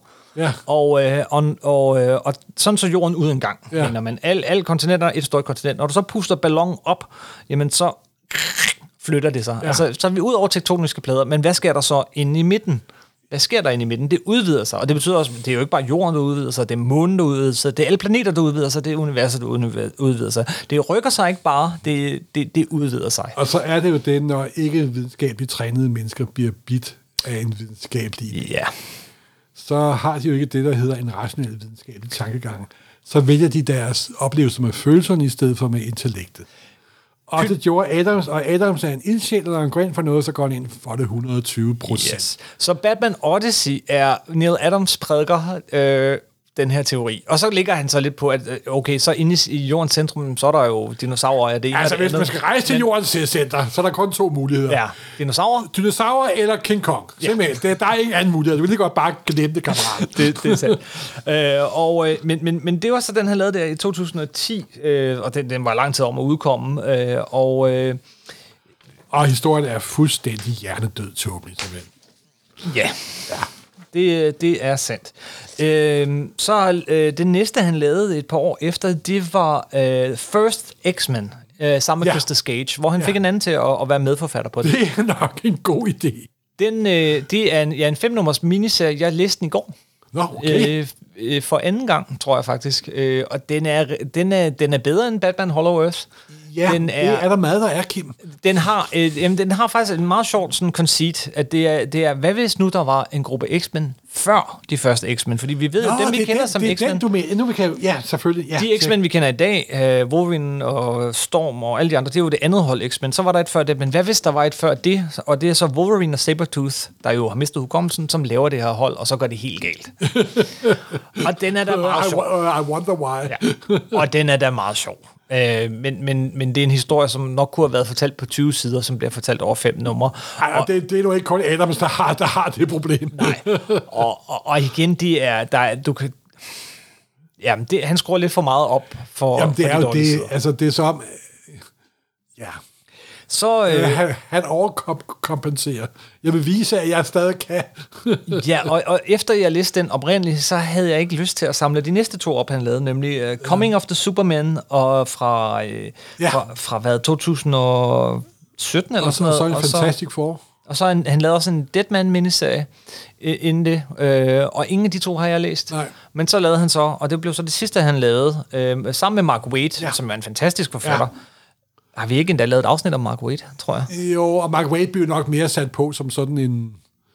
og sådan så jorden ud en gang. Mener man. Alle kontinenter er et stort kontinent. Når du så puster ballonen op, jamen så flytter det sig. Altså, så er vi ud over tektoniske plader, men hvad sker der så inde i midten? Hvad sker der inde i midten? Det udvider sig, og det betyder også, det er jo ikke bare jorden, der udvider sig, det er månen, der udvider sig, det er alle planeter, der udvider sig, det er universet, der udvider sig. Det rykker sig ikke bare, det udvider sig. Og så er det jo det, når ikke videnskabeligt trænede mennesker bliver bidt af en videnskabelig, så har de jo ikke det, der hedder en rationel videnskabelig tankegang. Så vælger de deres oplevelser med følelserne i stedet for med intellektet. Og det gjorde Adams, og Adams er en ildsjæl, og han går ind for noget, så går han ind for det 120%. Yes. Så Batman Odyssey er Neil Adams prædiker den her teori. Og så ligger han så lidt på, at okay, så inde i jordens centrum, så er der jo dinosaurer. Altså, hvis man skal rejse til jordens center, så er der kun 2 muligheder. Ja, dinosaurer. Dinosaurer eller King Kong. Simpelthen. Der er ingen anden mulighed. Du vil lige godt bare glemme det, kammerat. det er sandt. Men det var så, den han lavede der i 2010, og den var lang tid om at udkomme. Og historien er fuldstændig hjernedød tåbelig, simpelthen. Ja. Det er sandt. Så det næste, han lavede et par år efter, det var First X-Men, sammen med Christos Gage, hvor han fik en anden til at være medforfatter på det. Det er nok en god idé. Det er en 5-nummers miniserie. Jeg læste den i går. Okay. For anden gang, tror jeg faktisk. Og den er bedre end Batman Hollow Earth. Ja, det er der mad, der er, Kim. Den har faktisk en meget sjovt sådan conceit, at det er, hvad hvis nu der var en gruppe X-Men før de første X-Men? Fordi vi ved jo, dem vi kender som X-Men. Ja, selvfølgelig. Ja, de X-Men, vi kender i dag, Wolverine og Storm og alle de andre, det er jo det andet hold X-Men. Så var der et før det, men hvad hvis der var et før det? Og det er så Wolverine og Sabretooth, der jo har mistet hukommelsen, som laver det her hold, og så går det helt galt. Og den er da meget sjov. I wonder why. Og den er da meget sjov. Men det er en historie, som nok kunne have været fortalt på 20 sider, som bliver fortalt over 5 numre. Det er jo ikke kun Adams, der har det problem. Nej. Og igen, du kan... Jamen, han skruer lidt for meget op for... Jamen, det er jo det. Altså, det er som... Ja. Så, han overkompenserer. Jeg vil vise, at jeg stadig kan. Ja, og efter jeg læste den oprindeligt, så havde jeg ikke lyst til at samle de næste 2 op, han lavede, nemlig Coming of the Superman, og fra hvad, 2017 eller sådan noget. Og så en Fantastic Four. Og så han lavede også en Deadman-miniserie inden det, og ingen af de 2 har jeg læst. Nej. Men så lavede han så, og det blev så det sidste, han lavede, sammen med Mark Waid, som er en fantastisk forfatter. Ja. Har vi ikke endda lavet et afsnit om Mark Waid, tror jeg? Jo, og Mark Waid bliver nok mere sat på som sådan en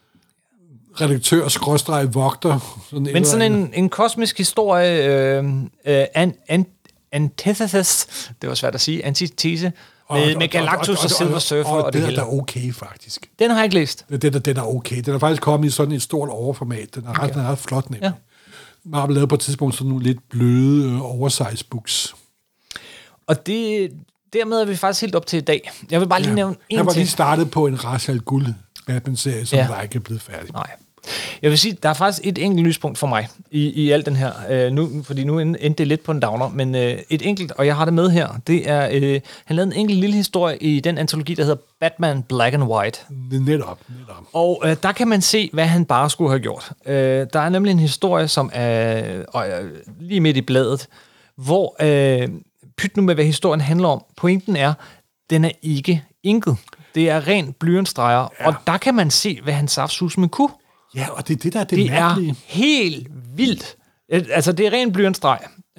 redaktør-vogter. Men sådan en kosmisk historie, antithesis, det var svært at sige, antitese, med Galactus og Silver Surfer og det hele. Den er okay, faktisk. Den har jeg ikke læst. Den er okay. Den er faktisk kommet i sådan et stort overformat. Den er ret flot, nemlig. Ja. Man har lavet på et tidspunkt sådan nogle lidt bløde oversize books. Og dermed er vi faktisk helt op til i dag. Jeg vil bare lige nævne en ting. Han var lige startet på en Ra's al Ghul Batman-serie, som der ikke er blevet færdig. Nej. Jeg vil sige, der er faktisk et enkelt lyspunkt for mig i alt den her. Fordi nu endte det lidt på en downer, men et enkelt, og jeg har det med her, det er, han lavede en enkelt lille historie i den antologi, der hedder Batman Black and White. Netop. Og der kan man se, hvad han bare skulle have gjort. Der er nemlig en historie, som er lige midt i bladet, hvor pyt nu med, hvad historien handler om. Pointen er, den er ikke inket. Det er ren blyantstreger, og der kan man se, hvad han saftsusme kunne. Ja, og det er det, der er det mærkelige. Er helt vildt. Altså, det er ren blyantstreg.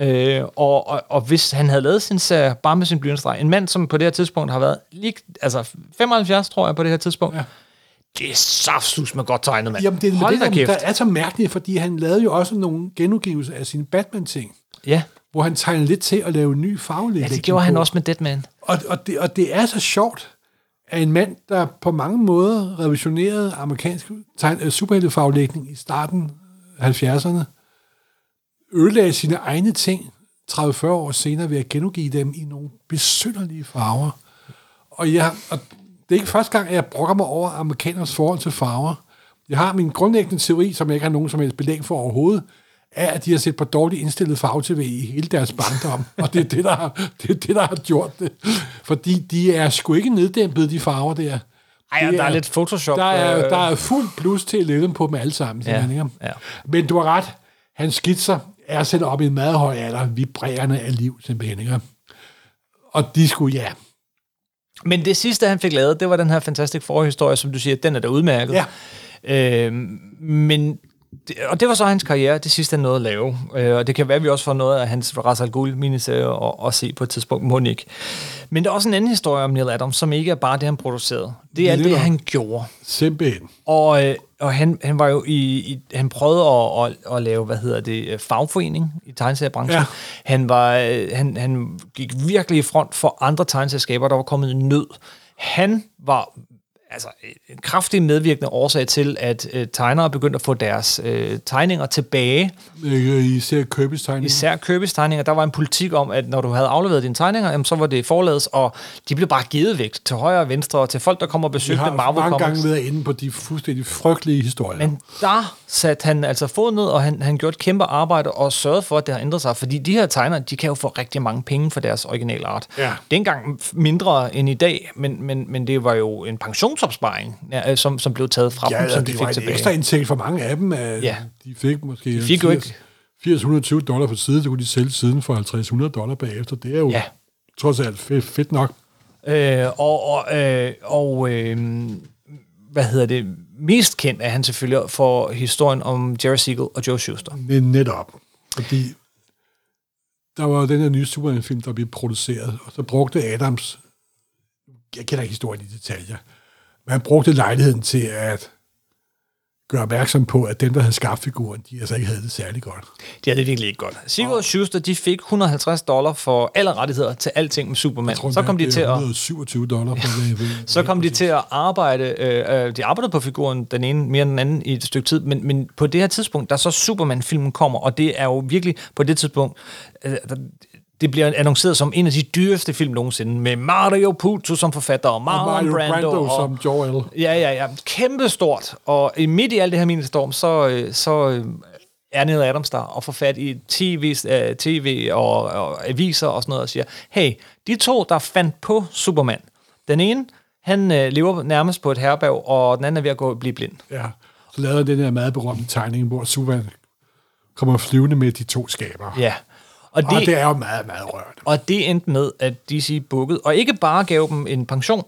Og hvis han havde lavet sin serie bare med sin blyantstreg, en mand, som på det her tidspunkt har været lige, 75, tror jeg, på det her tidspunkt, det er saftsusme godt tegnet, mand. Jamen, det der er så mærkeligt, fordi han lavede jo også nogle genudgivelser af sine Batman-ting. Ja. Hvor han tegnede lidt til at lave ny farvelægning. Ja, det gjorde han også med Deadman. Og det er så sjovt, at en mand, der på mange måder revolutionerede amerikansk superheltefarvelægning i starten af 70'erne, ødelagde sine egne ting 30-40 år senere ved at genudgive dem i nogle besynderlige farver. Og det er ikke første gang, at jeg brokker mig over amerikaners forhold til farver. Jeg har min grundlæggende teori, som jeg ikke har nogen som helst belæg for overhovedet, er, at de har set på dårligt indstillet farve-tv i hele deres barndom. Og det er det, der har gjort det. Fordi de er sgu ikke neddæmpet, de farver der. Ej, der er lidt Photoshop. Der er fuld plus til at leve dem på dem alle sammen. Ja. Men du har ret. Hans skitser er sendt op i en meget høj alder, vibrerende af liv, simpelthen. Og de skulle, Men det sidste, han fik lavet, det var den her fantastiske forhistorie, som du siger, den er da udmærket. Ja. Og det var så hans karriere, det sidste han nåede at lave. Og det kan være, at vi også får noget af hans Ra's al Ghul miniserie at se på et tidspunkt, Monique. Men der er også en anden historie om Neil Adams, som ikke er bare det, han producerede. Det er det, han gjorde. Simpelthen. Og han var jo han prøvede at lave, fagforening i tegneseriebranchen. Ja. Han gik virkelig i front for andre tegneserieskaber, der var kommet i nød. Han var en kraftig medvirkende årsag til, at tegnere begyndte at få deres tegninger tilbage. Især Kirby's tegninger. Der var en politik om, at når du havde afleveret dine tegninger, jamen, så var det forlades, og de blev bare givet væk til højre og venstre, og til folk, der kommer og besøgte Marvel Comics. Vi har mange gange været inde på de fuldstændig frygtelige historier. Men der satte han altså fod ned, og han gjorde et kæmpe arbejde og sørgede for, at det har ændret sig. Fordi de her tegnere, de kan jo få rigtig mange penge for deres originale art. Ja. Dengang mindre end i dag, men det var jo en pensionsopsparing, som blev taget fra dem, som de fik tilbage. Det var en ekstra indtægt for mange af dem. De fik måske $80-120 for side, så kunne de sælge siden for $50-100 bagefter. Det er jo trods alt fedt nok. Mest kendt er han selvfølgelig for historien om Jerry Siegel og Joe Shuster. Netop. Fordi der var den her nye Superman-film, der blev produceret, og så brugte Adams, jeg kender ikke historien i detaljer, men han brugte lejligheden til at gøre opmærksom på, at dem, der havde skabt figuren, de altså ikke havde det særlig godt. De havde det virkelig ikke godt. Siegel og Shuster, de fik $150 for alle rettigheder til alting med Superman. Så kom de til at $127 så kom de til at arbejde. De arbejdede på figuren, den ene mere end den anden, i et stykke tid, men på det her tidspunkt, der så Superman-filmen kommer, og det er jo virkelig på det tidspunkt, det bliver annonceret som en af de dyreste film nogensinde, med Mario Puzo som forfatter, og Marlon Brando som Jor-El. Ja. Kæmpestort. Og midt i alt det her minestorm, så er Neil Adams der og får fat i tv og aviser og sådan noget, og siger, hey, de to, der fandt på Superman, den ene, han lever nærmest på et herberg, og den anden er ved at blive blind. Ja, så lavede den her meget berømte tegning, hvor Superman kommer flyvende med de to skaber. Ja. Og det er jo meget, meget rørt. Og det endte med, at DC bukkede, og ikke bare gav dem en pension,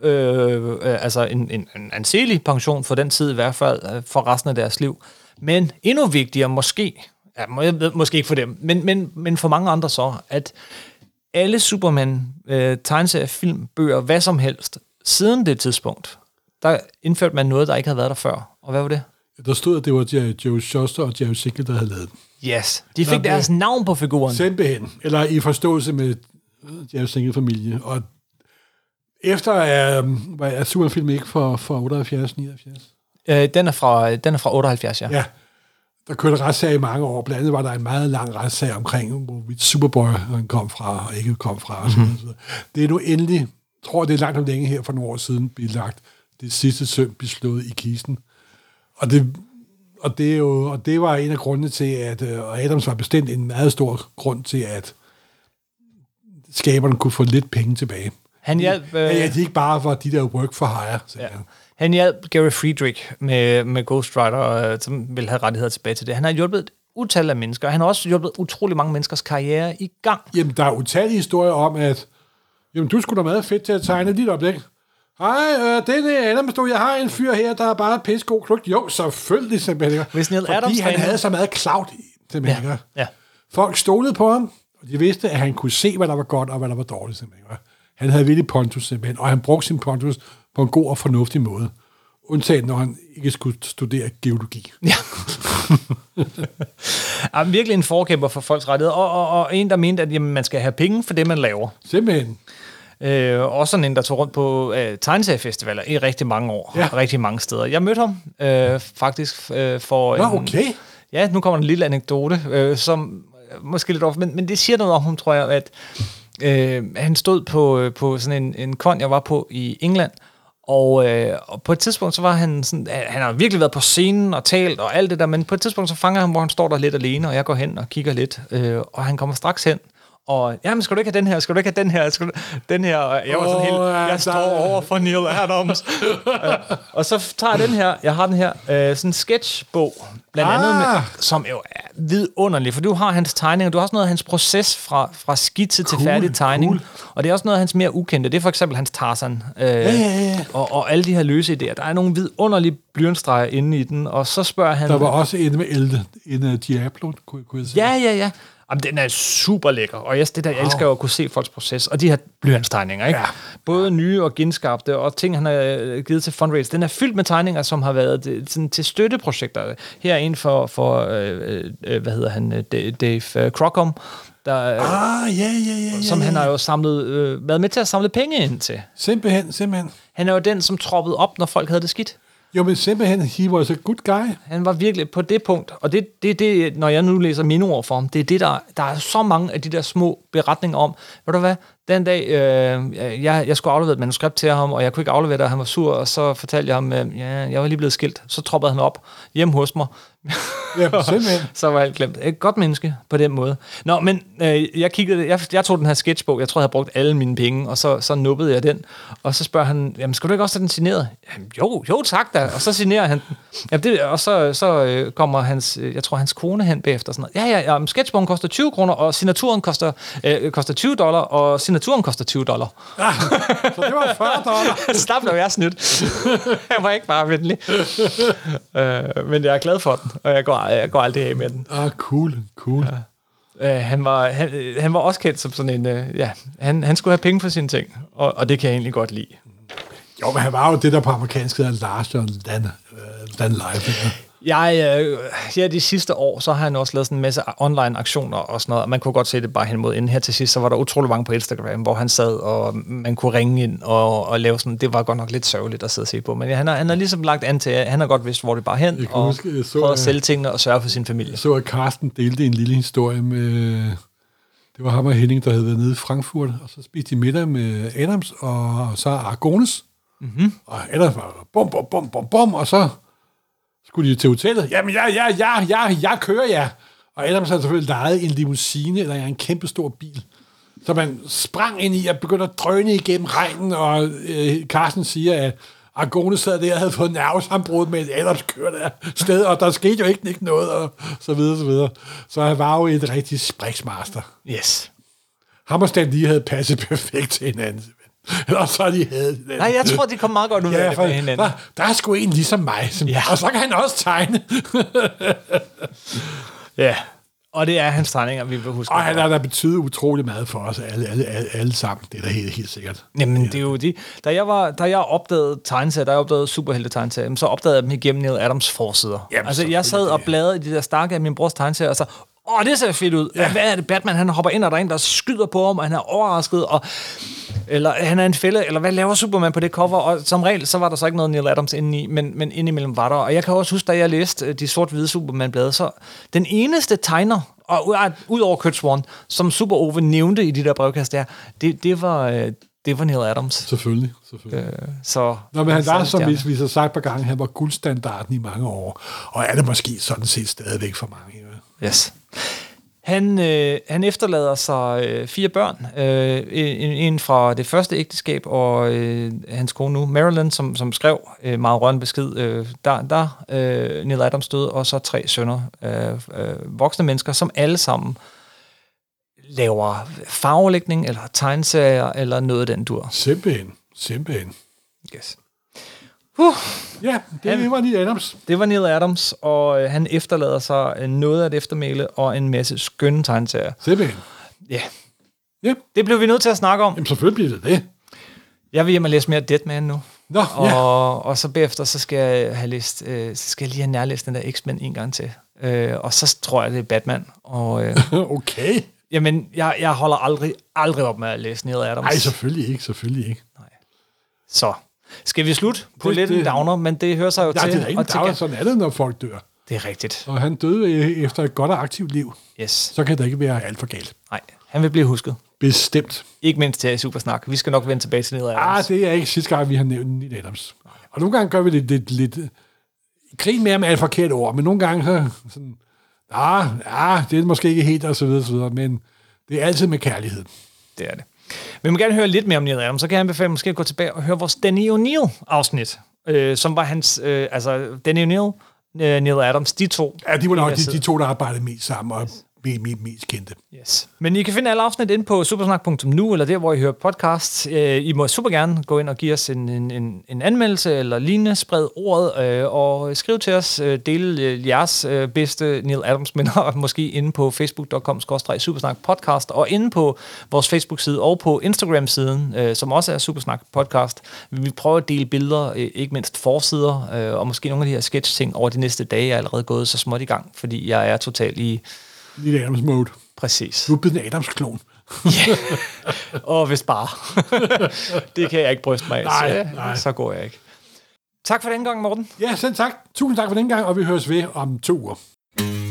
en anselig pension for den tid i hvert fald, for resten af deres liv, men endnu vigtigere måske ikke for dem, men for mange andre så, at alle Superman tegneserier, film, bøger, hvad som helst, siden det tidspunkt, der indførte man noget, der ikke havde været der før. Og hvad var det? Der stod, at det var Joe Shuster og Jerry Siegel, der havde lavet den. Yes. De fik deres navn på figuren. Simpelthen. Eller i forståelse med Jerry Siegel-familie. Og efter er Superman-film ikke fra 78-79? Den er fra 78, ja. Ja. Der kørte retssag i mange år. Blandt andet var der en meget lang retssag omkring, hvor Superboy kom fra og ikke kom fra. Mm-hmm. Det er nu endelig, tror det er langt om længe her for nogle år siden, blev lagt det sidste søm blev slået i kisten. Og det var en af grundene til, at Adams var bestemt en meget stor grund til, at skaberne kunne få lidt penge tilbage. Han hjalp... det ikke bare var de der work for hire. Ja. Han hjalp Gary Friedrich med Ghost Rider, som ville have rettigheder tilbage til det. Han har hjulpet utal af mennesker. Han har også hjulpet utrolig mange menneskers karriere i gang. Jamen, der er utallige historier om, at jamen, du skulle da meget fedt til at tegne dit oplæg. Hej, det er Adam stod. Jeg har en fyr her, der er bare pissegod klugt. Jo, selvfølgelig, simpelthen. Hvis Neil Fordi Adams han havde så meget clout, simpelthen. Ja. Ja. Folk stolede på ham, og de vidste, at han kunne se, hvad der var godt og hvad der var dårligt, simpelthen. Han havde virkelig pontus, simpelthen, og han brugte sin pontus på en god og fornuftig måde. Undtagen, når han ikke skulle studere geologi. Ja. Han er virkelig en forkæmper for folks rettigheder, og en, der mente, at jamen, man skal have penge for det, man laver. Simpelthen. Også sådan en, der tog rundt på tegneseriefestivaler i rigtig mange år, rigtig mange steder. Jeg mødte ham faktisk for... Okay. Ja, nu kommer en lille anekdote, som måske lidt over, men det siger noget om ham, tror jeg, at han stod på sådan en kon, jeg var på i England, og på et tidspunkt, så var han sådan, han har virkelig været på scenen og talt og alt det der, men på et tidspunkt, så fanger han, hvor han står der lidt alene, og jeg går hen og kigger lidt, og han kommer straks hen, og jamen, skal du ikke have den her? Skal du ikke have den her? Skal du... Den her? Og jeg var sådan helt, jeg står over for Neil Adams. Og så tager jeg den her, jeg har den her, sådan en sketchbog, blandt andet, med, som jo er vidunderlig, for du har hans tegninger, du har også noget af hans proces fra skitse til færdig tegning, og det er også noget af hans mere ukendte, det er for eksempel hans Tarzan, og alle de her løse idéer. Der er nogle vidunderlige blyantstreger inde i den, og så spørger han... Der var også en med en Diablo, kunne jeg sige. Ja. Jamen, den er super lækker, og jeg elsker jo at kunne se folks proces, og de her blyantstegninger, ikke? Ja. Både nye og genskabte, og ting, han har givet til fundraise. Den er fyldt med tegninger, som har været sådan, til støtteprojekter. Her er en for hvad hedder han, Dave Crockham, der, som han har jo været med til at samle penge ind til. Simpelthen. Han er jo den, som troppede op, når folk havde det skidt. Jo, men simpelthen, he was a good guy. Han var virkelig på det punkt, og det når jeg nu læser mine ord for ham, det er det, der er så mange af de der små beretninger om, ved du hvad, den dag, jeg skulle aflevere et manuskript til ham, og jeg kunne ikke aflevere det, og han var sur, og så fortalte jeg ham, jeg var lige blevet skilt, så troppede han op hjemme hos mig. Ja, simpelthen. Så var jeg glemt. Et godt menneske på den måde. Nå, men jeg tog den her sketchbog, jeg tror, jeg havde brugt alle mine penge, og så nubbede jeg den, og så spørger han, jamen, skal du ikke også have den signeret? Jamen, jo, tak da. Og så signerer han den. Jamen, og så kommer hans kone hen bagefter. Sådan noget. Ja, sketchbogen koster 20 kroner, og signaturen koster $20, og signaturen koster $20. Ja, så det var $40. Så der blev jeg snydt. Jeg var ikke bare venlig. Men jeg er glad for den, og jeg går aldrig af med den. Cool. Ja. Han var også kendt som sådan en... han skulle have penge for sine ting, og det kan jeg egentlig godt lide. Jo, men han var jo det, der på amerikansk hedder Larger than life. De sidste år, så har han også lavet sådan en masse online aktioner og sådan noget, og man kunne godt se det bare hen mod inden. Her til sidst, så var der utrolig mange på Instagram, hvor han sad, og man kunne ringe ind og lave sådan, det var godt nok lidt sørgeligt at sidde og se på, men han har ligesom lagt an til, han har godt vidst, hvor det bare hen, og prøvet at sælge tingene og sørge for sin familie. Så at Carsten delte en lille historie med, det var ham og Henning, der havde været nede i Frankfurt, og så spiste de middag med Adams, og så Argones, og Adams var bum, og så skulle de til hotellet. Jamen, jeg kører jer. Og Adams havde selvfølgelig lejet en limousine, eller en kæmpe stor bil. Så man sprang ind i og begyndte at drøne igennem regnen, og Carsten siger, at Argone sad der og havde fået nervesambrud med et Adams kører der sted, og der skete jo ikke noget, og så videre, så videre. Så han var jo et rigtig spriksmaster. Yes. Ham og Stan Lee havde passet perfekt til hinanden. Eller så de havde... Nej, jeg tror, de kom meget godt ud af det med hinanden. Der er sgu en ligesom mig, og så kan han også tegne. Ja, og det er hans tegninger, vi vil huske. Og han har da betydet utrolig meget for os alle sammen. Det er da helt sikkert. Jamen, det er jo det. Da jeg opdagede tegneserier, da jeg opdagede superhelte-tegneserier, så opdagede jeg dem igennem Neil Adams forsider. Jamen, altså, jeg sad og bladrede i de der stakke af min brors tegneserier, og så... det ser fedt ud. Ja. Hvad er det? Batman, han hopper ind, og der er en, der skyder på ham, og han er overrasket, eller han er en fælde, eller hvad laver Superman på det cover? Og som regel, så var der så ikke noget Neil Adams inde i, men indimellem var der. Og jeg kan også huske, da jeg læste de sort-hvide Superman-blade, så den eneste tegner, og ud over Kurt Swan, som Super Ove nævnte i de der brevkast der, det var Neil Adams. Selvfølgelig. Men han var, som vi har sagt par gange, han var guldstandarden i mange år, og er det måske sådan set stadigvæk for mange. Yes. Han efterlader sig 4 børn. En fra det første ægteskab, og hans kone nu, Marilyn, som skrev meget rørende besked, Neil Adams døde, og så 3 sønner, voksne mennesker, som alle sammen laver farvelægning, eller tegneserier, eller noget af den dur. Simpelthen. Yes. Ja, det var Neil Adams. Det var Neil Adams, og han efterlader sig noget af et eftermæle og en masse skønne tegneserier. Simpelthen. Ja. Ja. Det blev vi nødt til at snakke om. Jamen, selvfølgelig bliver det. Jeg vil hjem og læse mere Deadman nu. Nå, ja. Og så bagefter, så skal jeg have læst, lige have nærlæst den der X-Men en gang til. Og så tror jeg, det er Batman. Og, okay. Jamen, jeg holder aldrig op med at læse Neil Adams. Nej, selvfølgelig ikke. Nej. Så skal vi slutte på lidt en downer, men det hører sig jo til. Det er ikke en downer, sådan er det, når folk dør. Det er rigtigt. Og han døde efter et godt og aktivt liv. Yes. Så kan det ikke være alt for galt. Nej, han vil blive husket. Bestemt. Ikke mindst til Supersnak. Vi skal nok vende tilbage til Neil Adams. Det er ikke sidste gang, vi har nævnt Neil Adams. Og nogle gange gør vi det lidt grin med ham er et forkert ord, men nogle gange så sådan, det er måske ikke helt, og så videre, men det er altid med kærlighed. Det er det. Vil man gerne høre lidt mere om Neil Adams, så kan jeg anbefale måske at gå tilbage og høre vores Danny O'Neill-afsnit, som var hans, Danny O'Neill, Neil Adams, de to. Ja, de var nok de to, der arbejdede mest sammen og mest kendte. Yes. Men I kan finde alle afsnit inde på supersnak.nu, eller der, hvor I hører podcast. I må super gerne gå ind og give os en anmeldelse eller lignende, spred ordet, og skriv til os, dele jeres bedste Neil Adams-minder, måske inde på facebook.com/supersnakpodcast, og inde på vores Facebook-side og på Instagram-siden, som også er Supersnak Podcast. Vi prøver at dele billeder, ikke mindst forsider, og måske nogle af de her sketch-ting over de næste dage er allerede gået så småt i gang, fordi jeg er totalt i Neil Adams mode. Præcis. Du er blevet en Adams-klon. Ja. Og hvis bare. Det kan jeg ikke bryste mig af. Nej. Så går jeg ikke. Tak for den gang, Morten. Ja, selv tak. Tusind tak for den gang, og vi høres ved om 2 uger.